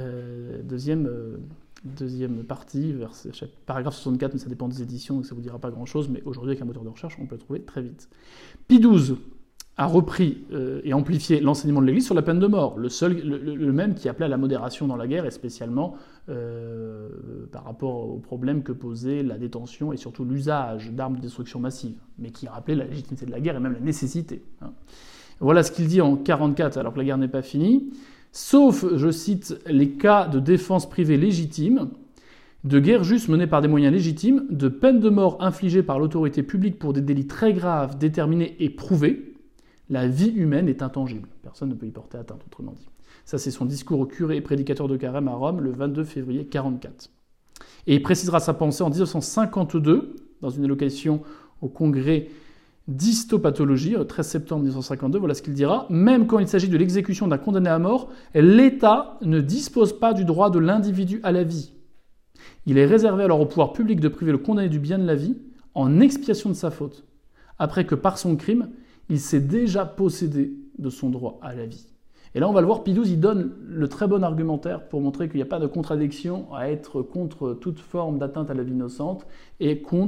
deuxième partie, paragraphe 64, mais ça dépend des éditions, donc ça ne vous dira pas grand-chose, mais aujourd'hui, avec un moteur de recherche, on peut le trouver très vite. Pie XII a repris et amplifié l'enseignement de l'Église sur la peine de mort, le même qui appelait à la modération dans la guerre, et spécialement par rapport au problème que posait la détention et surtout l'usage d'armes de destruction massive, mais qui rappelait la légitimité de la guerre et même la nécessité. Voilà ce qu'il dit en 44, alors que la guerre n'est pas finie. Sauf, je cite, les cas de défense privée légitime, de guerre juste menée par des moyens légitimes, de peine de mort infligée par l'autorité publique pour des délits très graves, déterminés et prouvés, la vie humaine est intangible. Personne ne peut y porter atteinte, autrement dit. Ça, c'est son discours au curé et prédicateur de Carême à Rome, le 22 février 44. Et il précisera sa pensée en 1952, dans une allocation au congrès d'histopathologie, 13 septembre 1952, voilà ce qu'il dira. Même quand il s'agit de l'exécution d'un condamné à mort, l'État ne dispose pas du droit de l'individu à la vie. Il est réservé alors au pouvoir public de priver le condamné du bien de la vie en expiation de sa faute, après que par son crime, il s'est déjà possédé de son droit à la vie. Et là, on va le voir, Pie XII, il donne le très bon argumentaire pour montrer qu'il n'y a pas de contradiction à être contre toute forme d'atteinte à la vie innocente et contre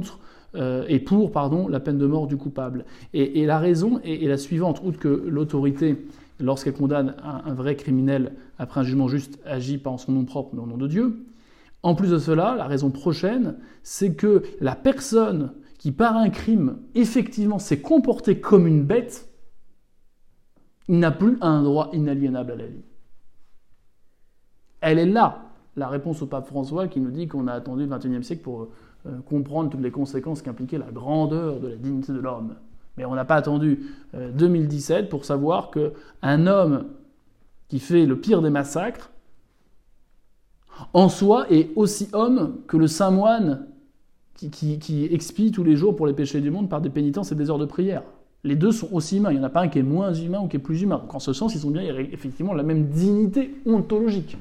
et pour la peine de mort du coupable. Et la raison est la suivante, outre que l'autorité, lorsqu'elle condamne un vrai criminel après un jugement juste, agit pas en son nom propre, mais au nom de Dieu. En plus de cela, la raison prochaine, c'est que la personne qui, par un crime, effectivement s'est comportée comme une bête, n'a plus un droit inaliénable à la vie. Elle est là, la réponse au pape François qui nous dit qu'on a attendu le XXIe siècle pour comprendre toutes les conséquences qu'impliquait la grandeur de la dignité de l'homme. Mais on n'a pas attendu 2017 pour savoir qu'un homme qui fait le pire des massacres, en soi, est aussi homme que le saint moine qui expie tous les jours pour les péchés du monde par des pénitences et des heures de prière. Les deux sont aussi humains. Il n'y en a pas un qui est moins humain ou qui est plus humain. Donc en ce sens, ils ont bien effectivement la même dignité ontologique.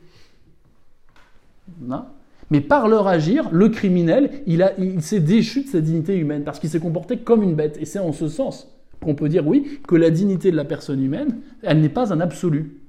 Non ? Mais par leur agir, le criminel, il s'est déchu de sa dignité humaine parce qu'il s'est comporté comme une bête. Et c'est en ce sens qu'on peut dire, oui, que la dignité de la personne humaine, elle n'est pas un absolu.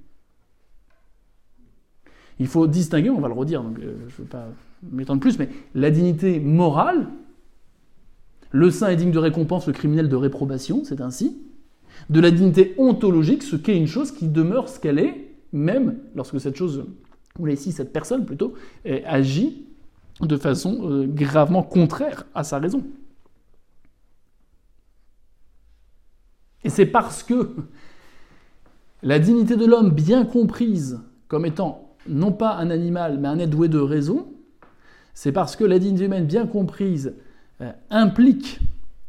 Il faut distinguer, on va le redire, donc je ne veux pas m'étendre plus, mais la dignité morale, le saint est digne de récompense, le criminel de réprobation, c'est ainsi. De la dignité ontologique, ce qu'est une chose qui demeure ce qu'elle est, même lorsque cette chose, ou là ici cette personne plutôt, agit de façon gravement contraire à sa raison. Et c'est parce que la dignité de l'homme, bien comprise comme étant non pas un animal, mais un être doué de raison, c'est parce que la dignité humaine, bien comprise, implique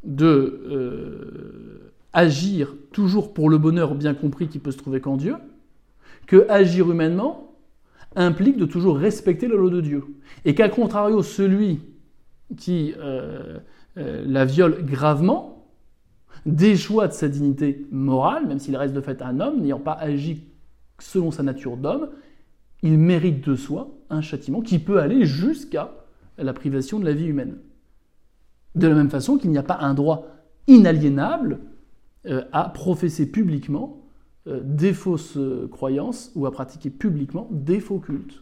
de agir toujours pour le bonheur bien compris qui peut se trouver qu'en Dieu, que agir humainement implique de toujours respecter la loi de Dieu. Et qu'à contrario, celui qui la viole gravement déchoit de sa dignité morale, même s'il reste de fait un homme, n'ayant pas agi selon sa nature d'homme, il mérite de soi un châtiment qui peut aller jusqu'à la privation de la vie humaine. De la même façon qu'il n'y a pas un droit inaliénable à professer publiquement des fausses croyances ou à pratiquer publiquement des faux cultes.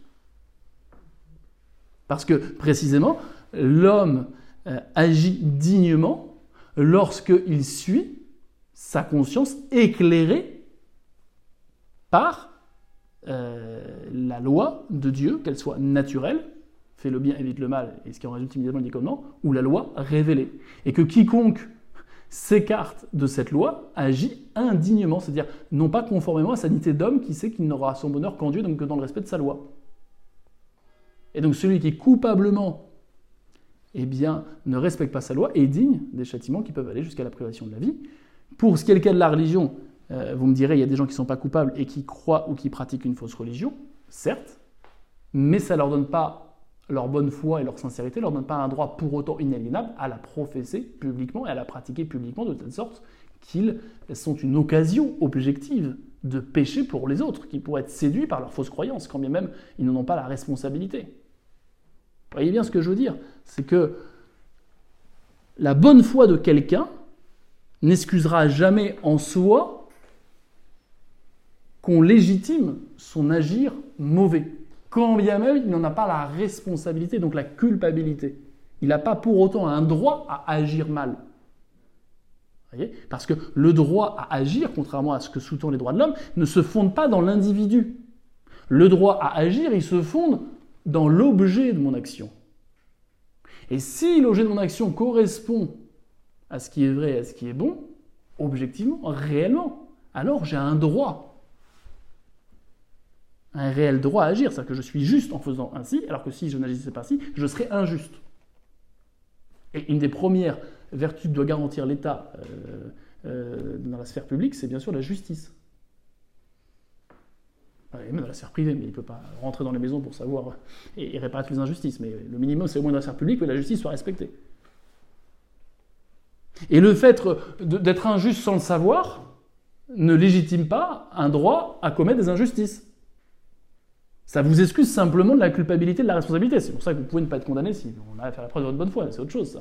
Parce que, précisément, l'homme agit dignement lorsqu'il suit sa conscience éclairée par la loi de Dieu, qu'elle soit naturelle, fais le bien, évite le mal, et ce qui en résulte immédiatement le 10 commandements, ou la loi révélée. Et que quiconque s'écarte de cette loi agit indignement, c'est-à-dire non pas conformément à sa dignité d'homme qui sait qu'il n'aura son bonheur qu'en Dieu, donc que dans le respect de sa loi. Et donc celui qui coupablement ne respecte pas sa loi est digne des châtiments qui peuvent aller jusqu'à la privation de la vie. Pour ce qui est le cas de la religion, vous me direz, il y a des gens qui ne sont pas coupables et qui croient ou qui pratiquent une fausse religion, certes, mais ça ne leur donne pas leur bonne foi et leur sincérité, ne leur donne pas un droit pour autant inaliénable à la professer publiquement et à la pratiquer publiquement de telle sorte qu'ils sont une occasion objective de péché pour les autres, qui pourraient être séduits par leurs fausses croyances, quand bien même ils n'en ont pas la responsabilité. Vous voyez bien ce que je veux dire ? C'est que la bonne foi de quelqu'un n'excusera jamais en soi qu'on légitime son agir mauvais, quand bien même il n'en a pas la responsabilité, donc la culpabilité. Il n'a pas pour autant un droit à agir mal. Vous voyez ? Parce que le droit à agir, contrairement à ce que sous-tendent les droits de l'homme, ne se fonde pas dans l'individu. Le droit à agir, il se fonde dans l'objet de mon action. Et si l'objet de mon action correspond à ce qui est vrai et à ce qui est bon, objectivement, réellement, alors j'ai un droit, un réel droit à agir. C'est-à-dire que je suis juste en faisant ainsi, alors que si je n'agissais pas ainsi, je serais injuste. Et une des premières vertus que doit garantir l'État dans la sphère publique, c'est bien sûr la justice. Même dans la sphère privée, mais il ne peut pas rentrer dans les maisons pour savoir et réparer toutes les injustices. Mais le minimum, c'est au moins dans la sphère publique que la justice soit respectée. Et le fait d'être injuste sans le savoir ne légitime pas un droit à commettre des injustices. Ça vous excuse simplement de la culpabilité, de la responsabilité. C'est pour ça que vous pouvez ne pas être condamné si on a à faire la preuve de votre bonne foi. C'est autre chose, ça.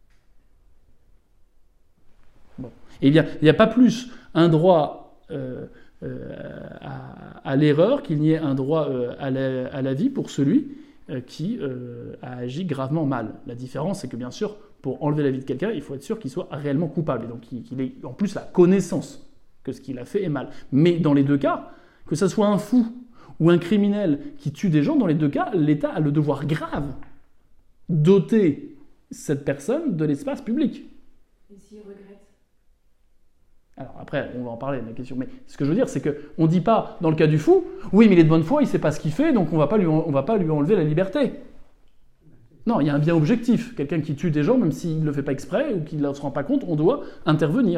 Bon. Et bien, il n'y a pas plus un droit à l'erreur qu'il n'y ait un droit à la vie pour celui qui a agi gravement mal. La différence, c'est que bien sûr, pour enlever la vie de quelqu'un, il faut être sûr qu'il soit réellement coupable, et donc qu'il ait en plus la connaissance que ce qu'il a fait est mal. Mais dans les deux cas, que ce soit un fou ou un criminel qui tue des gens, dans les deux cas, l'État a le devoir grave d'ôter cette personne de l'espace public. Et s'il regrette? Alors après, on va en parler, la question. Mais ce que je veux dire, c'est qu'on ne dit pas, dans le cas du fou, oui, mais il est de bonne foi, il ne sait pas ce qu'il fait, donc on ne va pas lui enlever la liberté. Non, il y a un bien objectif. Quelqu'un qui tue des gens, même s'il ne le fait pas exprès ou qu'il ne se rend pas compte, on doit intervenir.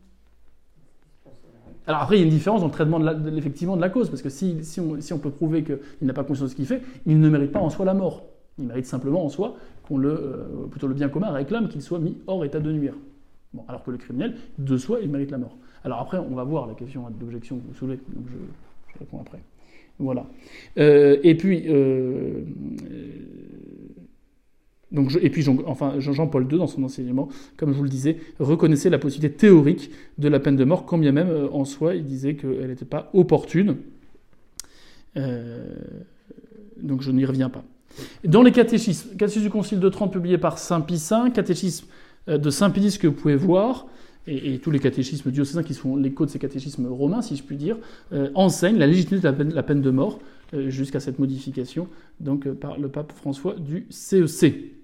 Alors après, il y a une différence dans le traitement effectivement de la cause, parce que si on peut prouver qu'il n'a pas conscience de ce qu'il fait, il ne mérite pas en soi la mort. Il mérite simplement en soi plutôt le bien commun réclame qu'il soit mis hors état de nuire. Bon, alors que le criminel, de soi, il mérite la mort. Alors après, on va voir la question d'objection que vous soulevez, donc je réponds après. Voilà. Et puis Jean-Paul II, dans son enseignement, comme je vous le disais, reconnaissait la possibilité théorique de la peine de mort, quand bien même, en soi, il disait qu'elle n'était pas opportune. Donc je n'y reviens pas. Dans les catéchismes du Concile de Trente publié par Saint Pie V, catéchisme de Saint Pie que vous pouvez voir, et tous les catéchismes diocésains qui sont l'écho de ces catéchismes romains, si je puis dire, enseignent la légitimité de la peine de mort jusqu'à cette modification donc, par le pape François du CEC.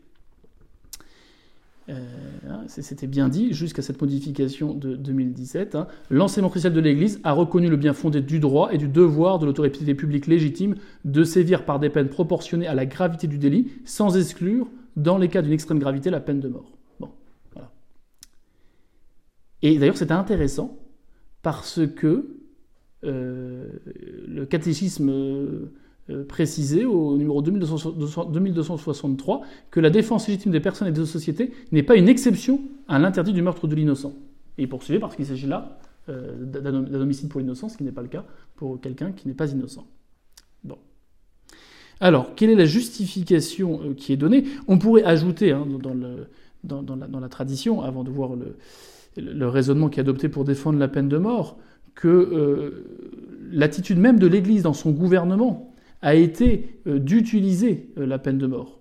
C'était bien dit, jusqu'à cette modification de 2017, l'enseignement chrétien de l'Église a reconnu le bien fondé du droit et du devoir de l'autorité publique légitime de sévir par des peines proportionnées à la gravité du délit, sans exclure, dans les cas d'une extrême gravité, la peine de mort. Bon, voilà. Et d'ailleurs, c'était intéressant, parce que le catéchisme précisé au numéro 2263 que la défense légitime des personnes et des sociétés n'est pas une exception à l'interdit du meurtre de l'innocent. Et il poursuivait parce qu'il s'agit là d'un homicide pour l'innocent, ce qui n'est pas le cas pour quelqu'un qui n'est pas innocent. Bon. Alors, quelle est la justification qui est donnée ? On pourrait ajouter dans la tradition, avant de voir le raisonnement qui est adopté pour défendre la peine de mort, que l'attitude même de l'Église dans son gouvernement a été d'utiliser la peine de mort.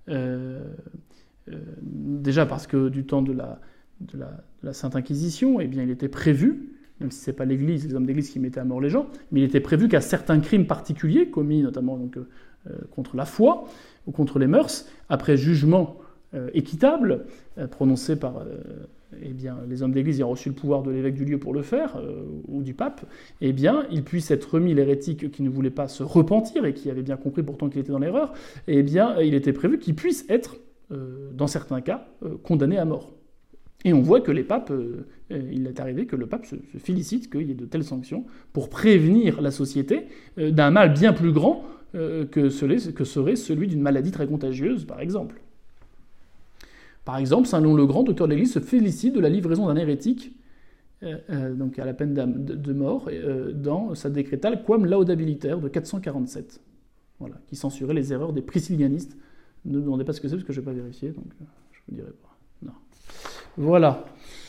Déjà parce que du temps de la Sainte Inquisition, eh bien, il était prévu, même si ce n'est pas l'Église, les hommes d'Église qui mettaient à mort les gens, mais il était prévu qu'à certains crimes particuliers, commis notamment donc, contre la foi ou contre les mœurs, après jugement équitable, prononcé par les hommes d'Église ayant reçu le pouvoir de l'évêque du lieu pour le faire, ou du pape, eh bien, il puisse être remis l'hérétique qui ne voulait pas se repentir et qui avait bien compris pourtant qu'il était dans l'erreur, eh bien, il était prévu qu'il puisse être, dans certains cas, condamné à mort. Et on voit que les papes, il est arrivé que le pape se félicite qu'il y ait de telles sanctions pour prévenir la société d'un mal bien plus grand que serait celui d'une maladie très contagieuse, par exemple. Par exemple, Saint Léon le Grand, docteur de l'Église, se félicite de la livraison d'un hérétique, donc à la peine de mort, dans sa décrétale Quam Laudabiliter de 447, voilà, qui censurait les erreurs des priscillianistes. Ne me demandez pas ce que c'est, parce que je ne vais pas vérifier, donc je ne vous dirai pas. Non. Voilà.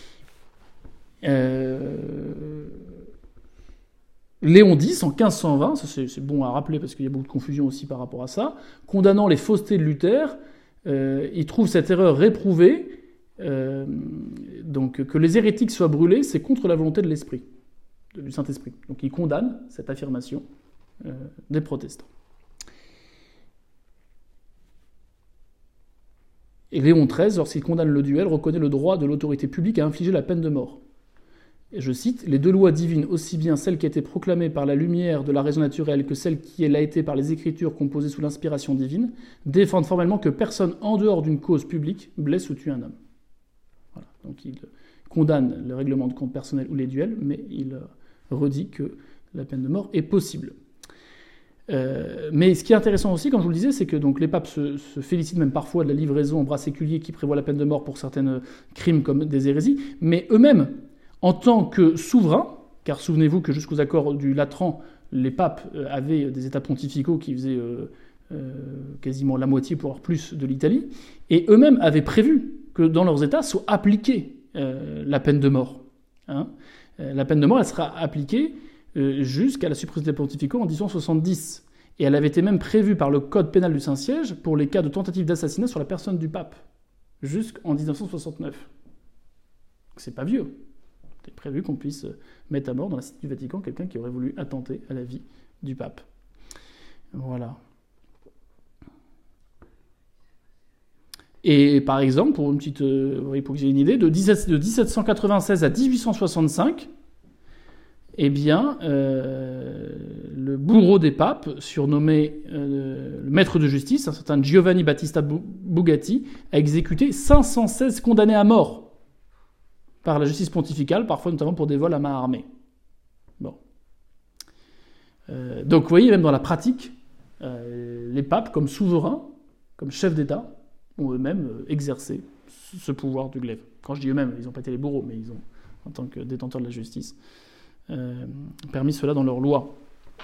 Léon X, en 1520, ça c'est bon à rappeler parce qu'il y a beaucoup de confusion aussi par rapport à ça, condamnant les faussetés de Luther, il trouve cette erreur réprouvée, donc que les hérétiques soient brûlés, c'est contre la volonté de l'Esprit, du Saint-Esprit. Donc il condamne cette affirmation des protestants. Et Léon XIII, lorsqu'il condamne le duel, reconnaît le droit de l'autorité publique à infliger la peine de mort. Et je cite, « Les deux lois divines, aussi bien celle qui a été proclamée par la lumière de la raison naturelle que celle qui l'a été par les Écritures composées sous l'inspiration divine, défendent formellement que personne en dehors d'une cause publique blesse ou tue un homme. » Voilà. Donc il condamne le règlement de compte personnel ou les duels, mais il redit que la peine de mort est possible. Mais ce qui est intéressant aussi, comme je vous le disais, c'est que donc, les papes se félicitent même parfois de la livraison en bras séculiers qui prévoit la peine de mort pour certains crimes comme des hérésies, mais eux-mêmes, en tant que souverains, car souvenez-vous que jusqu'aux accords du Latran, les papes avaient des états pontificaux qui faisaient quasiment la moitié, voire plus, de l'Italie, et eux-mêmes avaient prévu que dans leurs états soit appliquée la peine de mort. La peine de mort, elle sera appliquée jusqu'à la suppression des pontificaux en 1870. Et elle avait été même prévue par le code pénal du Saint-Siège pour les cas de tentative d'assassinat sur la personne du pape. jusqu'en 1969. C'est pas vieux. C'est prévu qu'on puisse mettre à mort dans la cité du Vatican quelqu'un qui aurait voulu attenter à la vie du pape. Voilà. Et par exemple, pour que vous ayez une idée, de 1796 à 1865, eh bien, le bourreau des papes, surnommé le maître de justice, un certain Giovanni Battista Bugatti, a exécuté 516 condamnés à mort par la justice pontificale, parfois notamment pour des vols à main armée. Bon. Donc vous voyez, même dans la pratique, les papes, comme souverains, comme chefs d'État, ont eux-mêmes exercé ce pouvoir du glaive. Quand je dis eux-mêmes, ils n'ont pas été les bourreaux, mais ils ont, en tant que détenteurs de la justice, permis cela dans leur loi.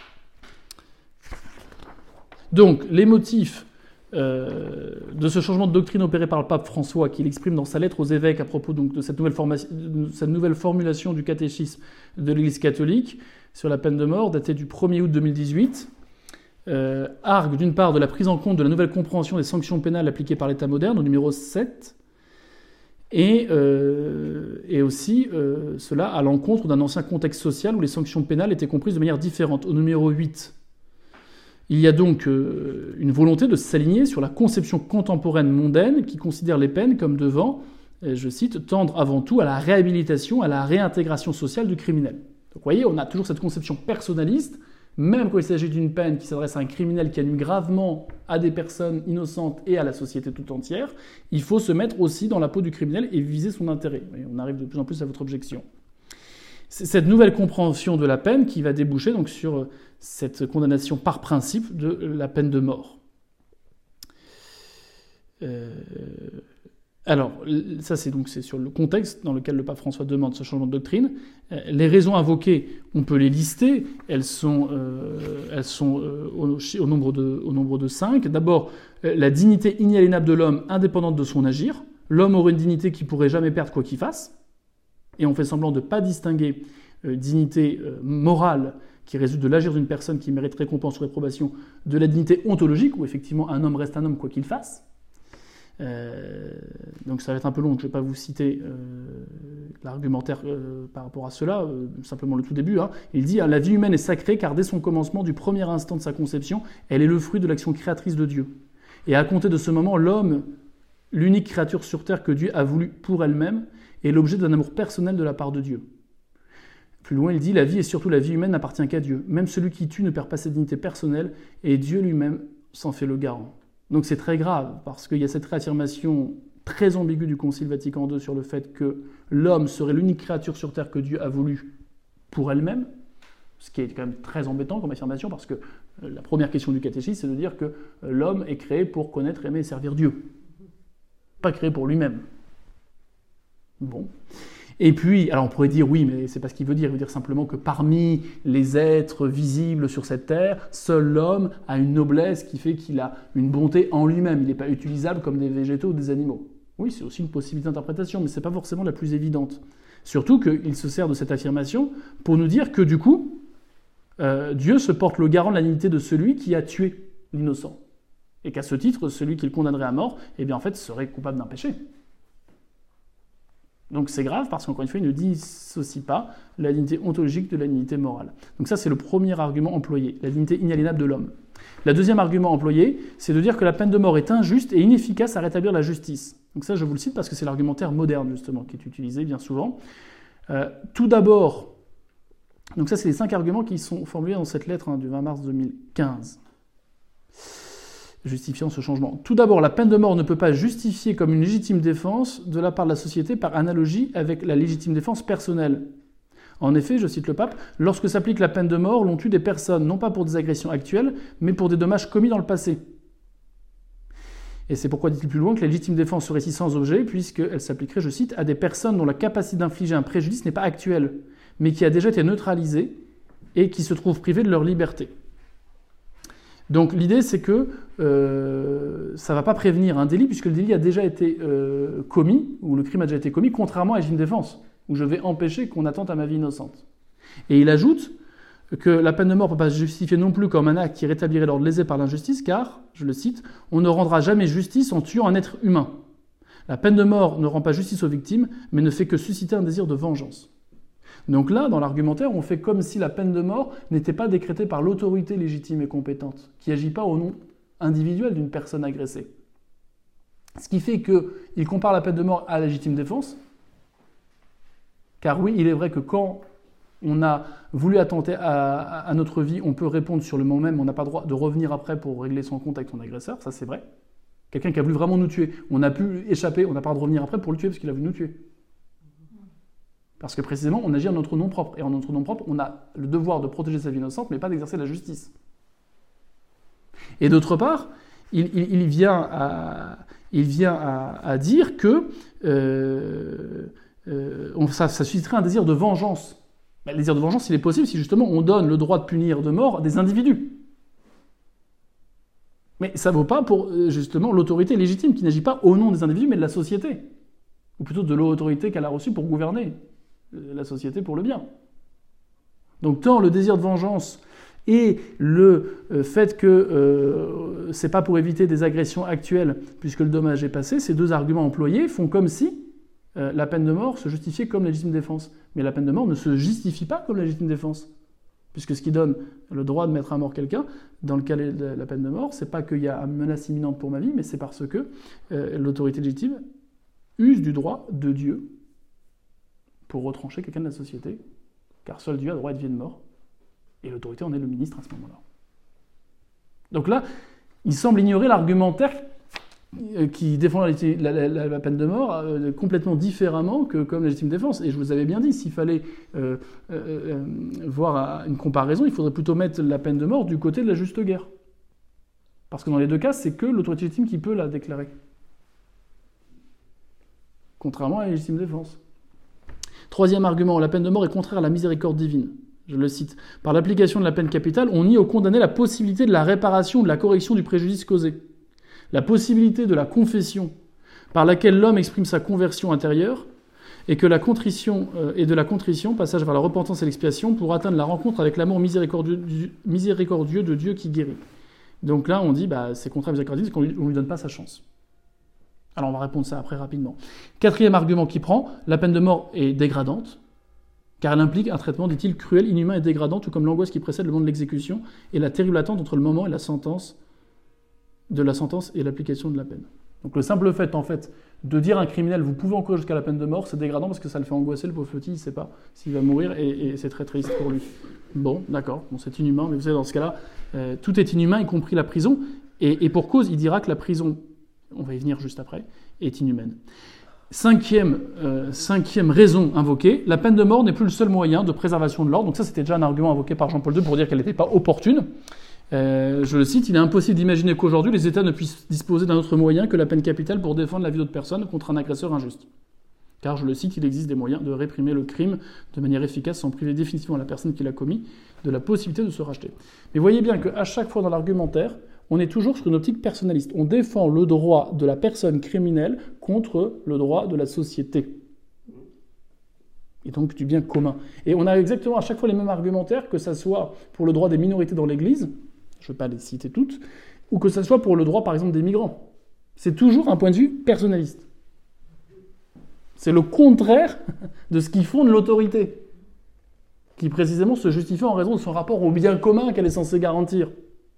Donc, les motifs de ce changement de doctrine opéré par le pape François, qu'il exprime dans sa lettre aux évêques à propos donc, de cette nouvelle formulation du catéchisme de l'Église catholique sur la peine de mort, datée du 1er août 2018, argue d'une part de la prise en compte de la nouvelle compréhension des sanctions pénales appliquées par l'État moderne, au numéro 7, et aussi cela à l'encontre d'un ancien contexte social où les sanctions pénales étaient comprises de manière différente, au numéro 8. Il y a donc une volonté de s'aligner sur la conception contemporaine mondaine qui considère les peines comme devant, je cite, tendre avant tout à la réhabilitation, à la réintégration sociale du criminel. Donc vous voyez, on a toujours cette conception personnaliste. Même quand il s'agit d'une peine qui s'adresse à un criminel qui nuit gravement à des personnes innocentes et à la société tout entière, il faut se mettre aussi dans la peau du criminel et viser son intérêt. Et on arrive de plus en plus à votre objection. C'est cette nouvelle compréhension de la peine qui va déboucher donc sur cette condamnation par principe de la peine de mort. Alors, ça c'est sur le contexte dans lequel le pape François demande ce changement de doctrine. Les raisons invoquées, on peut les lister. Elles sont au nombre de 5. D'abord, la dignité inaliénable de l'homme, indépendante de son agir. L'homme aurait une dignité qu'il ne pourrait jamais perdre quoi qu'il fasse. Et on fait semblant de ne pas distinguer dignité morale qui résulte de l'agir d'une personne qui mérite récompense ou réprobation, de la dignité ontologique, où effectivement un homme reste un homme quoi qu'il fasse. Donc ça va être un peu long, je ne vais pas vous citer l'argumentaire par rapport à cela, simplement le tout début. Il dit « La vie humaine est sacrée car dès son commencement, du premier instant de sa conception, elle est le fruit de l'action créatrice de Dieu. Et à compter de ce moment, l'homme, l'unique créature sur terre que Dieu a voulu pour elle-même, est l'objet d'un amour personnel de la part de Dieu. » Plus loin, il dit « La vie et surtout la vie humaine n'appartient qu'à Dieu. Même celui qui tue ne perd pas sa dignité personnelle et Dieu lui-même s'en fait le garant. » Donc c'est très grave, parce qu'il y a cette réaffirmation très ambiguë du Concile Vatican II sur le fait que l'homme serait l'unique créature sur Terre que Dieu a voulu pour elle-même, ce qui est quand même très embêtant comme affirmation, parce que la première question du catéchisme, c'est de dire que l'homme est créé pour connaître, aimer et servir Dieu, pas créé pour lui-même. Bon. Et puis, alors on pourrait dire, oui, mais c'est pas ce qu'il veut dire. Il veut dire simplement que parmi les êtres visibles sur cette terre, seul l'homme a une noblesse qui fait qu'il a une bonté en lui-même. Il n'est pas utilisable comme des végétaux ou des animaux. Oui, c'est aussi une possibilité d'interprétation, mais c'est pas forcément la plus évidente. Surtout qu'il se sert de cette affirmation pour nous dire que du coup, Dieu se porte le garant de la dignité de celui qui a tué l'innocent. Et qu'à ce titre, celui qu'il condamnerait à mort, eh bien en fait, serait coupable d'un péché. Donc c'est grave parce qu'encore une fois, il ne dissocie pas la dignité ontologique de la dignité morale. Donc ça, c'est le premier argument employé, la dignité inaliénable de l'homme. Le deuxième argument employé, c'est de dire que la peine de mort est injuste et inefficace à rétablir la justice. Donc ça, je vous le cite parce que c'est l'argumentaire moderne, justement, qui est utilisé bien souvent. Tout d'abord, donc ça, c'est les 5 arguments qui sont formulés dans cette lettre du 20 mars 2015. Justifiant ce changement. Tout d'abord, la peine de mort ne peut pas justifier comme une légitime défense de la part de la société par analogie avec la légitime défense personnelle. En effet, je cite le pape, « Lorsque s'applique la peine de mort, l'on tue des personnes non pas pour des agressions actuelles, mais pour des dommages commis dans le passé. » Et c'est pourquoi dit-il plus loin que la légitime défense serait ici sans objet, puisqu'elle s'appliquerait, je cite, « à des personnes dont la capacité d'infliger un préjudice n'est pas actuelle, mais qui a déjà été neutralisée et qui se trouvent privées de leur liberté. » Donc l'idée, c'est que ça ne va pas prévenir un délit, puisque le délit a déjà été commis, ou le crime a déjà été commis, contrairement à la légitime défense, où je vais empêcher qu'on attente à ma vie innocente. Et il ajoute que la peine de mort ne peut pas se justifier non plus comme un acte qui rétablirait l'ordre lésé par l'injustice, car, je le cite, « on ne rendra jamais justice en tuant un être humain. La peine de mort ne rend pas justice aux victimes, mais ne fait que susciter un désir de vengeance. Donc là, dans l'argumentaire, on fait comme si la peine de mort n'était pas décrétée par l'autorité légitime et compétente, qui n'agit pas au nom individuel d'une personne agressée. Ce qui fait qu'il compare la peine de mort à la légitime défense, car oui, il est vrai que quand on a voulu attenter à notre vie, on peut répondre sur le moment même, on n'a pas le droit de revenir après pour régler son compte avec son agresseur, ça c'est vrai. Quelqu'un qui a voulu vraiment nous tuer, on a pu échapper, on n'a pas le droit de revenir après pour le tuer parce qu'il a voulu nous tuer. Parce que précisément, on agit en notre nom propre. Et en notre nom propre, on a le devoir de protéger sa vie innocente, mais pas d'exercer la justice. Et d'autre part, il vient à dire que ça susciterait un désir de vengeance. Le désir de vengeance, il est possible si justement on donne le droit de punir de mort à des individus. Mais ça ne vaut pas pour justement l'autorité légitime qui n'agit pas au nom des individus, mais de la société. Ou plutôt de l'autorité qu'elle a reçue pour gouverner la société pour le bien. Donc tant le désir de vengeance et le fait que c'est pas pour éviter des agressions actuelles puisque le dommage est passé, ces deux arguments employés font comme si la peine de mort se justifiait comme légitime défense. Mais la peine de mort ne se justifie pas comme légitime défense. Puisque ce qui donne le droit de mettre à mort quelqu'un, dans le cas de la peine de mort, c'est pas qu'il y a une menace imminente pour ma vie, mais c'est parce que l'autorité légitime use du droit de Dieu pour retrancher quelqu'un de la société, car seul Dieu a le droit de vie et de mort, et l'autorité en est le ministre à ce moment-là. Donc là, il semble ignorer l'argumentaire qui défend la peine de mort complètement différemment que comme légitime défense. Et je vous avais bien dit, s'il fallait voir une comparaison, il faudrait plutôt mettre la peine de mort du côté de la juste guerre. Parce que dans les deux cas, c'est que l'autorité légitime qui peut la déclarer. Contrairement à la légitime défense. Troisième argument, la peine de mort est contraire à la miséricorde divine. Je le cite. Par l'application de la peine capitale, on nie au condamné la possibilité de la réparation ou de la correction du préjudice causé. La possibilité de la confession, par laquelle l'homme exprime sa conversion intérieure, et de la contrition, passage vers la repentance et l'expiation, pour atteindre la rencontre avec l'amour miséricordieux de Dieu qui guérit. Donc là, on dit, c'est contraire à la miséricorde divine, parce qu'on ne lui donne pas sa chance. Alors on va répondre ça après rapidement. Quatrième argument qu'il prend, la peine de mort est dégradante, car elle implique un traitement, dit-il, cruel, inhumain et dégradant, tout comme l'angoisse qui précède le moment de l'exécution, et la terrible attente entre le moment et la sentence et l'application de la peine. Donc le simple fait, en fait, de dire à un criminel, vous pouvez encourir jusqu'à la peine de mort, c'est dégradant parce que ça le fait angoisser, le pauvre petit, il ne sait pas s'il va mourir, et c'est très triste pour lui. Bon, d'accord, c'est inhumain, mais vous savez, dans ce cas-là, tout est inhumain, y compris la prison, et pour cause, il dira que la prison, on va y venir juste après, est inhumaine. Cinquième raison invoquée, la peine de mort n'est plus le seul moyen de préservation de l'ordre. Donc ça, c'était déjà un argument invoqué par Jean-Paul II pour dire qu'elle n'était pas opportune. Je le cite, il est impossible d'imaginer qu'aujourd'hui, les États ne puissent disposer d'un autre moyen que la peine capitale pour défendre la vie d'autres personnes contre un agresseur injuste. Car, je le cite, il existe des moyens de réprimer le crime de manière efficace sans priver définitivement la personne qui l'a commis de la possibilité de se racheter. Mais voyez bien qu'à chaque fois dans l'argumentaire, on est toujours sur une optique personnaliste. On défend le droit de la personne criminelle contre le droit de la société. Et donc du bien commun. Et on a exactement à chaque fois les mêmes argumentaires, que ça soit pour le droit des minorités dans l'Église, je ne vais pas les citer toutes, ou que ça soit pour le droit, par exemple, des migrants. C'est toujours un point de vue personnaliste. C'est le contraire de ce qui fonde l'autorité, qui précisément se justifie en raison de son rapport au bien commun qu'elle est censée garantir.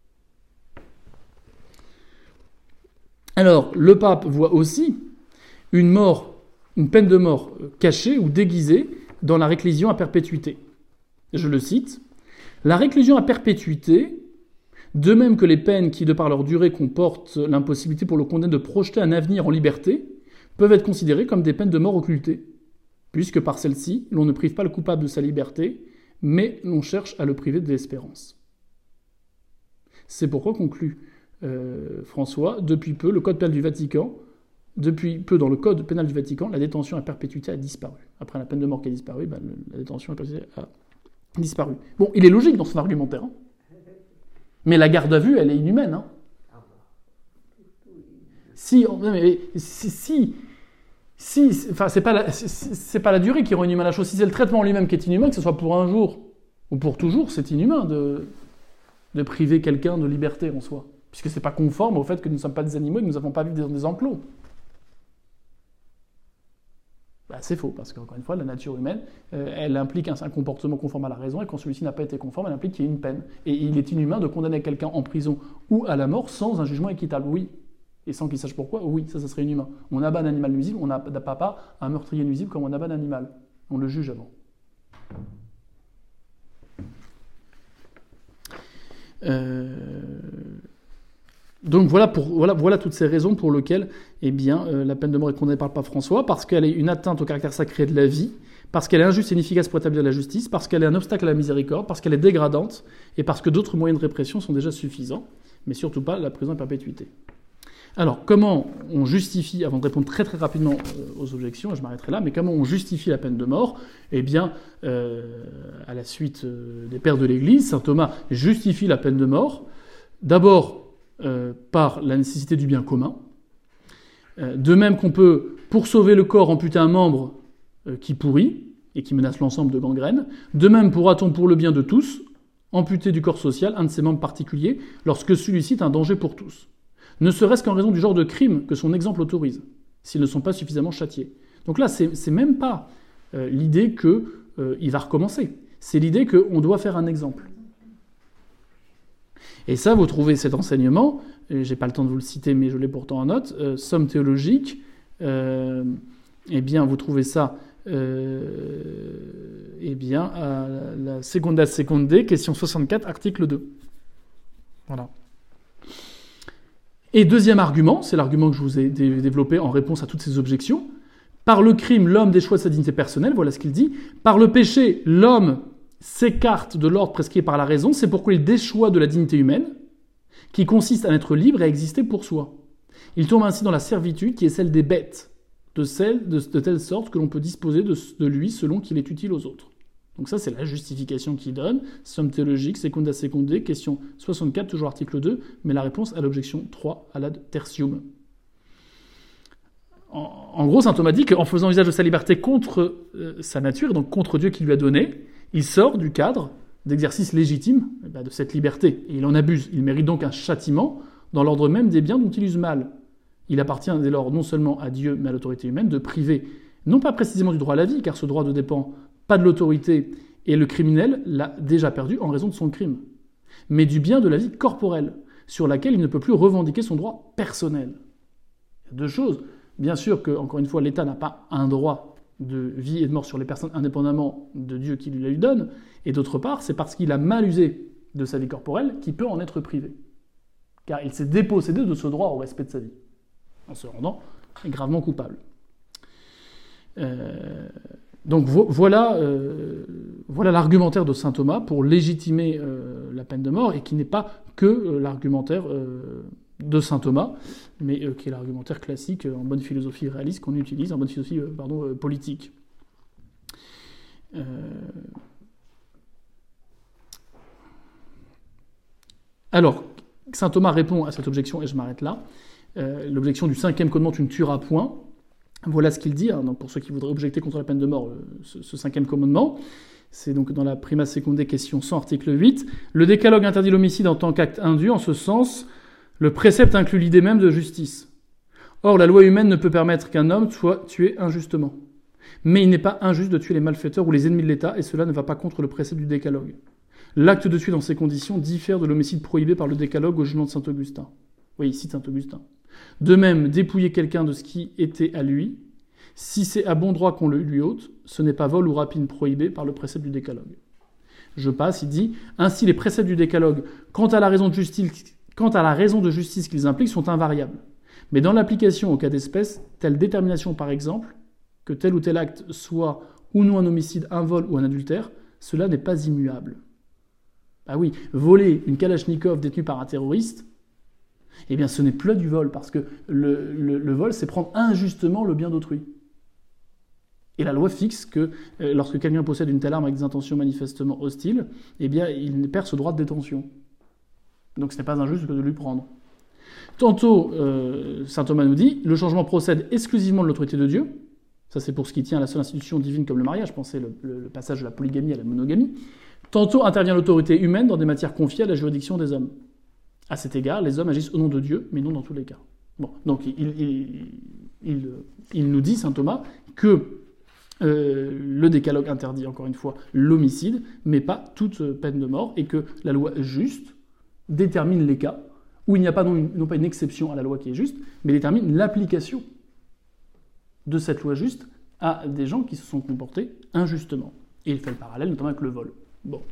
Alors, le pape voit aussi une peine de mort cachée ou déguisée dans la réclusion à perpétuité. Je le cite. La réclusion à perpétuité, de même que les peines qui, de par leur durée, comportent l'impossibilité pour le condamné de projeter un avenir en liberté, peuvent être considérées comme des peines de mort occultées, puisque par celles-ci, l'on ne prive pas le coupable de sa liberté, mais l'on cherche à le priver de l'espérance. C'est pourquoi conclut François, depuis peu, le Code pénal du Vatican, dans le Code pénal du Vatican, la détention à perpétuité a disparu. Après la peine de mort qui a disparu, la détention à perpétuité a disparu. Bon, il est logique dans son argumentaire, hein. Mais la garde à vue, elle est inhumaine. Hein. C'est pas la durée qui rend inhumain la chose. Si c'est le traitement lui-même qui est inhumain, que ce soit pour un jour ou pour toujours, c'est inhumain de priver quelqu'un de liberté en soi. Puisque c'est pas conforme au fait que nous ne sommes pas des animaux et que nous n'avons pas à vivre dans des enclos. C'est faux, parce qu'encore une fois, la nature humaine, elle implique un comportement conforme à la raison, et quand celui-ci n'a pas été conforme, elle implique qu'il y ait une peine. Et il est inhumain de condamner quelqu'un en prison ou à la mort sans un jugement équitable, oui. Et sans qu'il sache pourquoi, oui, ça serait inhumain. On abat un animal nuisible, on n'abat pas un meurtrier nuisible comme on abat un animal. On le juge avant. Donc voilà toutes ces raisons pour lesquelles la peine de mort est condamnée par le pape François, parce qu'elle est une atteinte au caractère sacré de la vie, parce qu'elle est injuste et inefficace pour établir la justice, parce qu'elle est un obstacle à la miséricorde, parce qu'elle est dégradante, et parce que d'autres moyens de répression sont déjà suffisants, mais surtout pas la prison à perpétuité. Alors, comment on justifie, avant de répondre très très rapidement aux objections, et je m'arrêterai là, mais comment on justifie la peine de mort ? À la suite des pères de l'Église, saint Thomas justifie la peine de mort, d'abord par la nécessité du bien commun. De même qu'on peut, pour sauver le corps, amputer un membre qui pourrit et qui menace l'ensemble de gangrène. De même pourra-t-on, pour le bien de tous, amputer du corps social un de ses membres particuliers lorsque celui-ci est un danger pour tous. Ne serait-ce qu'en raison du genre de crime que son exemple autorise, s'ils ne sont pas suffisamment châtiés. Donc là, c'est même pas l'idée qu'il va recommencer. C'est l'idée qu'on doit faire un exemple. Et ça, vous trouvez cet enseignement, j'ai pas le temps de vous le citer, mais je l'ai pourtant en note, Somme théologique, vous trouvez ça à la Seconda Secondae, question 64, article 2. Voilà. Et deuxième argument, c'est l'argument que je vous ai développé en réponse à toutes ces objections. Par le crime, l'homme déchoit de sa dignité personnelle, voilà ce qu'il dit. Par le péché, l'homme s'écarte de l'ordre prescrit par la raison, c'est pourquoi il déchoit de la dignité humaine, qui consiste à être libre et à exister pour soi. Il tombe ainsi dans la servitude qui est celle des bêtes, de telle sorte que l'on peut disposer de lui selon qu'il est utile aux autres. Donc ça, c'est la justification qu'il donne. Somme théologique, Seconda Secondae, question 64, toujours article 2, mais la réponse à l'objection 3, à l'ad tertium. En gros, saint Thomas dit qu'en faisant usage de sa liberté contre sa nature, donc contre Dieu qui lui a donné, il sort du cadre d'exercice légitime de cette liberté. Et il en abuse. Il mérite donc un châtiment dans l'ordre même des biens dont il use mal. Il appartient dès lors non seulement à Dieu, mais à l'autorité humaine, de priver, non pas précisément du droit à la vie, car ce droit ne dépend pas de l'autorité, et le criminel l'a déjà perdu en raison de son crime, mais du bien de la vie corporelle, sur laquelle il ne peut plus revendiquer son droit personnel. Il y a deux choses. Bien sûr que, encore une fois, l'État n'a pas un droit de vie et de mort sur les personnes indépendamment de Dieu qui lui donne, et d'autre part, c'est parce qu'il a mal usé de sa vie corporelle qu'il peut en être privé. Car il s'est dépossédé de ce droit au respect de sa vie, en se rendant gravement coupable. Donc voilà l'argumentaire de saint Thomas pour légitimer la peine de mort, et qui n'est pas que l'argumentaire de saint Thomas, mais qui est l'argumentaire classique en bonne philosophie réaliste qu'on utilise, en bonne philosophie politique. Alors, saint Thomas répond à cette objection, et je m'arrête là. L'objection du 5e commandement, tu ne tueras point. Voilà ce qu'il dit, donc pour ceux qui voudraient objecter contre la peine de mort, ce 5e commandement. C'est donc dans la Prima Secondae, question 100, article 8. Le décalogue interdit l'homicide en tant qu'acte indu. En ce sens, le précepte inclut l'idée même de justice. Or, la loi humaine ne peut permettre qu'un homme soit tué injustement. Mais il n'est pas injuste de tuer les malfaiteurs ou les ennemis de l'État, et cela ne va pas contre le précepte du décalogue. L'acte de tuer dans ces conditions diffère de l'homicide prohibé par le décalogue au jugement de saint Augustin. Oui, il cite saint Augustin. De même, dépouiller quelqu'un de ce qui était à lui, si c'est à bon droit qu'on le lui ôte, ce n'est pas vol ou rapine prohibé par le précepte du décalogue. Je passe, il dit, ainsi les préceptes du décalogue, quant à la raison de justice qu'ils impliquent, sont invariables. Mais dans l'application au cas d'espèce, telle détermination par exemple, que tel ou tel acte soit ou non un homicide, un vol ou un adultère, cela n'est pas immuable. Ah oui, voler une Kalachnikov détenue par un terroriste, eh bien ce n'est plus du vol, parce que le vol, c'est prendre injustement le bien d'autrui. Et la loi fixe que lorsque quelqu'un possède une telle arme avec des intentions manifestement hostiles, eh bien il perd ce droit de détention. Donc ce n'est pas injuste que de lui prendre. Tantôt, saint Thomas nous dit, le changement procède exclusivement de l'autorité de Dieu. Ça c'est pour ce qui tient à la seule institution divine comme le mariage, pensez le passage de la polygamie à la monogamie. Tantôt intervient l'autorité humaine dans des matières confiées à la juridiction des hommes. À cet égard, les hommes agissent au nom de Dieu, mais non dans tous les cas. Bon, donc il nous dit, saint Thomas, que Le décalogue interdit, encore une fois, l'homicide, mais pas toute peine de mort, et que la loi juste détermine les cas où il n'y a pas non pas une exception à la loi qui est juste, mais détermine l'application de cette loi juste à des gens qui se sont comportés injustement. Et il fait le parallèle, notamment avec le vol. Bon.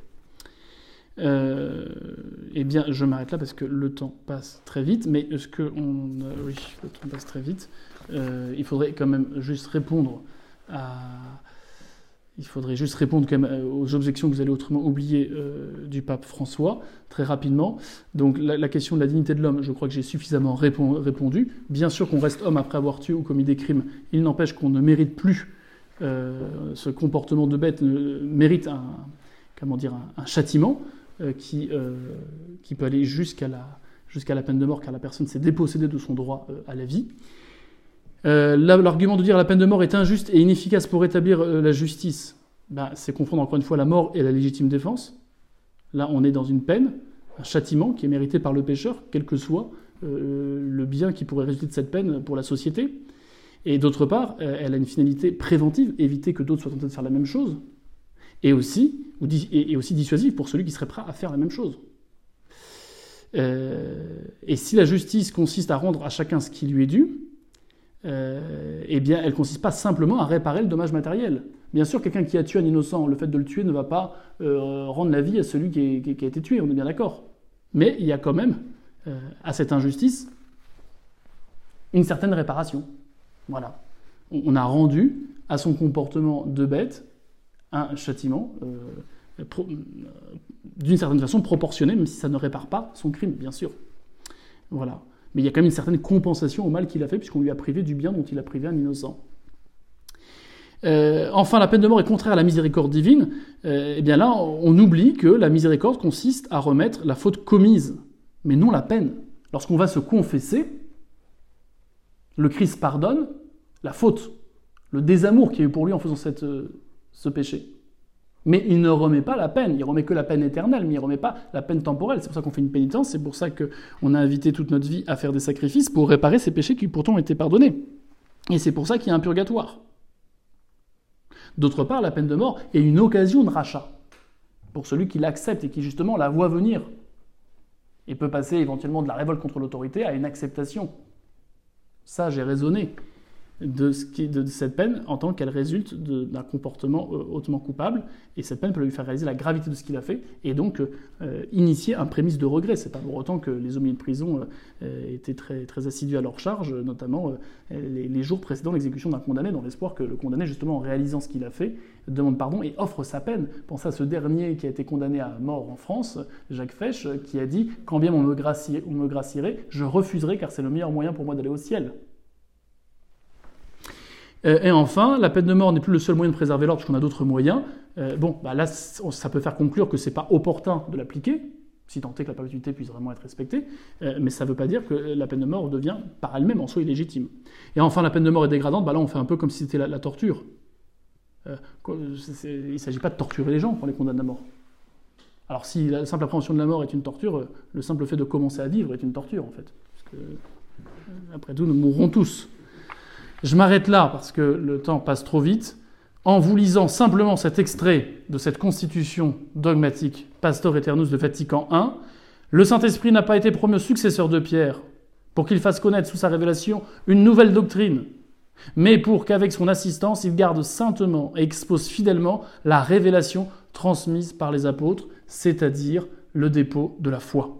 Eh bien, je m'arrête là parce que le temps passe très vite, mais oui, le temps passe très vite. Il faudrait quand même juste répondre quand même aux objections que vous allez autrement oublier du pape François, très rapidement. Donc la question de la dignité de l'homme, je crois que j'ai suffisamment répondu. Bien sûr qu'on reste homme après avoir tué ou commis des crimes, il n'empêche qu'on ne mérite plus ce comportement de bête, mérite un châtiment qui peut aller jusqu'à la peine de mort, car la personne s'est dépossédée de son droit à la vie. L'argument de dire la peine de mort est injuste et inefficace pour rétablir la justice, c'est confondre encore une fois la mort et la légitime défense. Là, on est dans une peine, un châtiment qui est mérité par le pécheur, quel que soit le bien qui pourrait résulter de cette peine pour la société. Et d'autre part, elle a une finalité préventive, éviter que d'autres soient tentés de faire la même chose, et aussi dissuasive pour celui qui serait prêt à faire la même chose. Et si la justice consiste à rendre à chacun ce qui lui est dû, eh bien, elle ne consiste pas simplement à réparer le dommage matériel. Bien sûr, quelqu'un qui a tué un innocent, le fait de le tuer ne va pas rendre la vie à celui qui a été tué, on est bien d'accord. Mais il y a quand même, à cette injustice, une certaine réparation. Voilà. On a rendu à son comportement de bête un châtiment d'une certaine façon proportionné, même si ça ne répare pas son crime, bien sûr. Voilà. Mais il y a quand même une certaine compensation au mal qu'il a fait, puisqu'on lui a privé du bien dont il a privé un innocent. Enfin, la peine de mort est contraire à la miséricorde divine. Eh bien là, on oublie que la miséricorde consiste à remettre la faute commise, mais non la peine. Lorsqu'on va se confesser, le Christ pardonne la faute, le désamour qu'il y a eu pour lui en faisant ce péché. Mais il ne remet pas la peine, il remet que la peine éternelle, mais il ne remet pas la peine temporelle. C'est pour ça qu'on fait une pénitence, c'est pour ça qu'on a invité toute notre vie à faire des sacrifices pour réparer ces péchés qui pourtant ont été pardonnés. Et c'est pour ça qu'il y a un purgatoire. D'autre part, la peine de mort est une occasion de rachat pour celui qui l'accepte et qui justement la voit venir. Il peut passer éventuellement de la révolte contre l'autorité à une acceptation. Ça, j'ai raisonné de cette peine en tant qu'elle résulte d'un comportement hautement coupable, et cette peine peut lui faire réaliser la gravité de ce qu'il a fait, et donc initier un prémisse de regret. C'est pas pour autant que les aumôniers de prison étaient très, très assidus à leur charge, notamment les jours précédant l'exécution d'un condamné, dans l'espoir que le condamné, justement en réalisant ce qu'il a fait, demande pardon et offre sa peine. Pensez à ce dernier qui a été condamné à mort en France, Jacques Fesch, qui a dit « Quand bien on me gracierait, je refuserai car c'est le meilleur moyen pour moi d'aller au ciel ». Et enfin, la peine de mort n'est plus le seul moyen de préserver l'ordre, puisqu'on a d'autres moyens. Là, ça peut faire conclure que c'est pas opportun de l'appliquer, si tant est que la perpétuité puisse vraiment être respectée, mais ça ne veut pas dire que la peine de mort devient par elle-même en soi illégitime. Et enfin, la peine de mort est dégradante, là on fait un peu comme si c'était la torture. Il ne s'agit pas de torturer les gens quand on les condamne à mort. Alors si la simple appréhension de la mort est une torture, le simple fait de commencer à vivre est une torture en fait. Parce que, après tout, nous mourrons tous. Je m'arrête là parce que le temps passe trop vite. En vous lisant simplement cet extrait de cette constitution dogmatique Pastor Aeternus de Vatican I, le Saint-Esprit n'a pas été promu au successeur de Pierre pour qu'il fasse connaître sous sa révélation une nouvelle doctrine, mais pour qu'avec son assistance, il garde saintement et expose fidèlement la révélation transmise par les apôtres, c'est-à-dire le dépôt de la foi.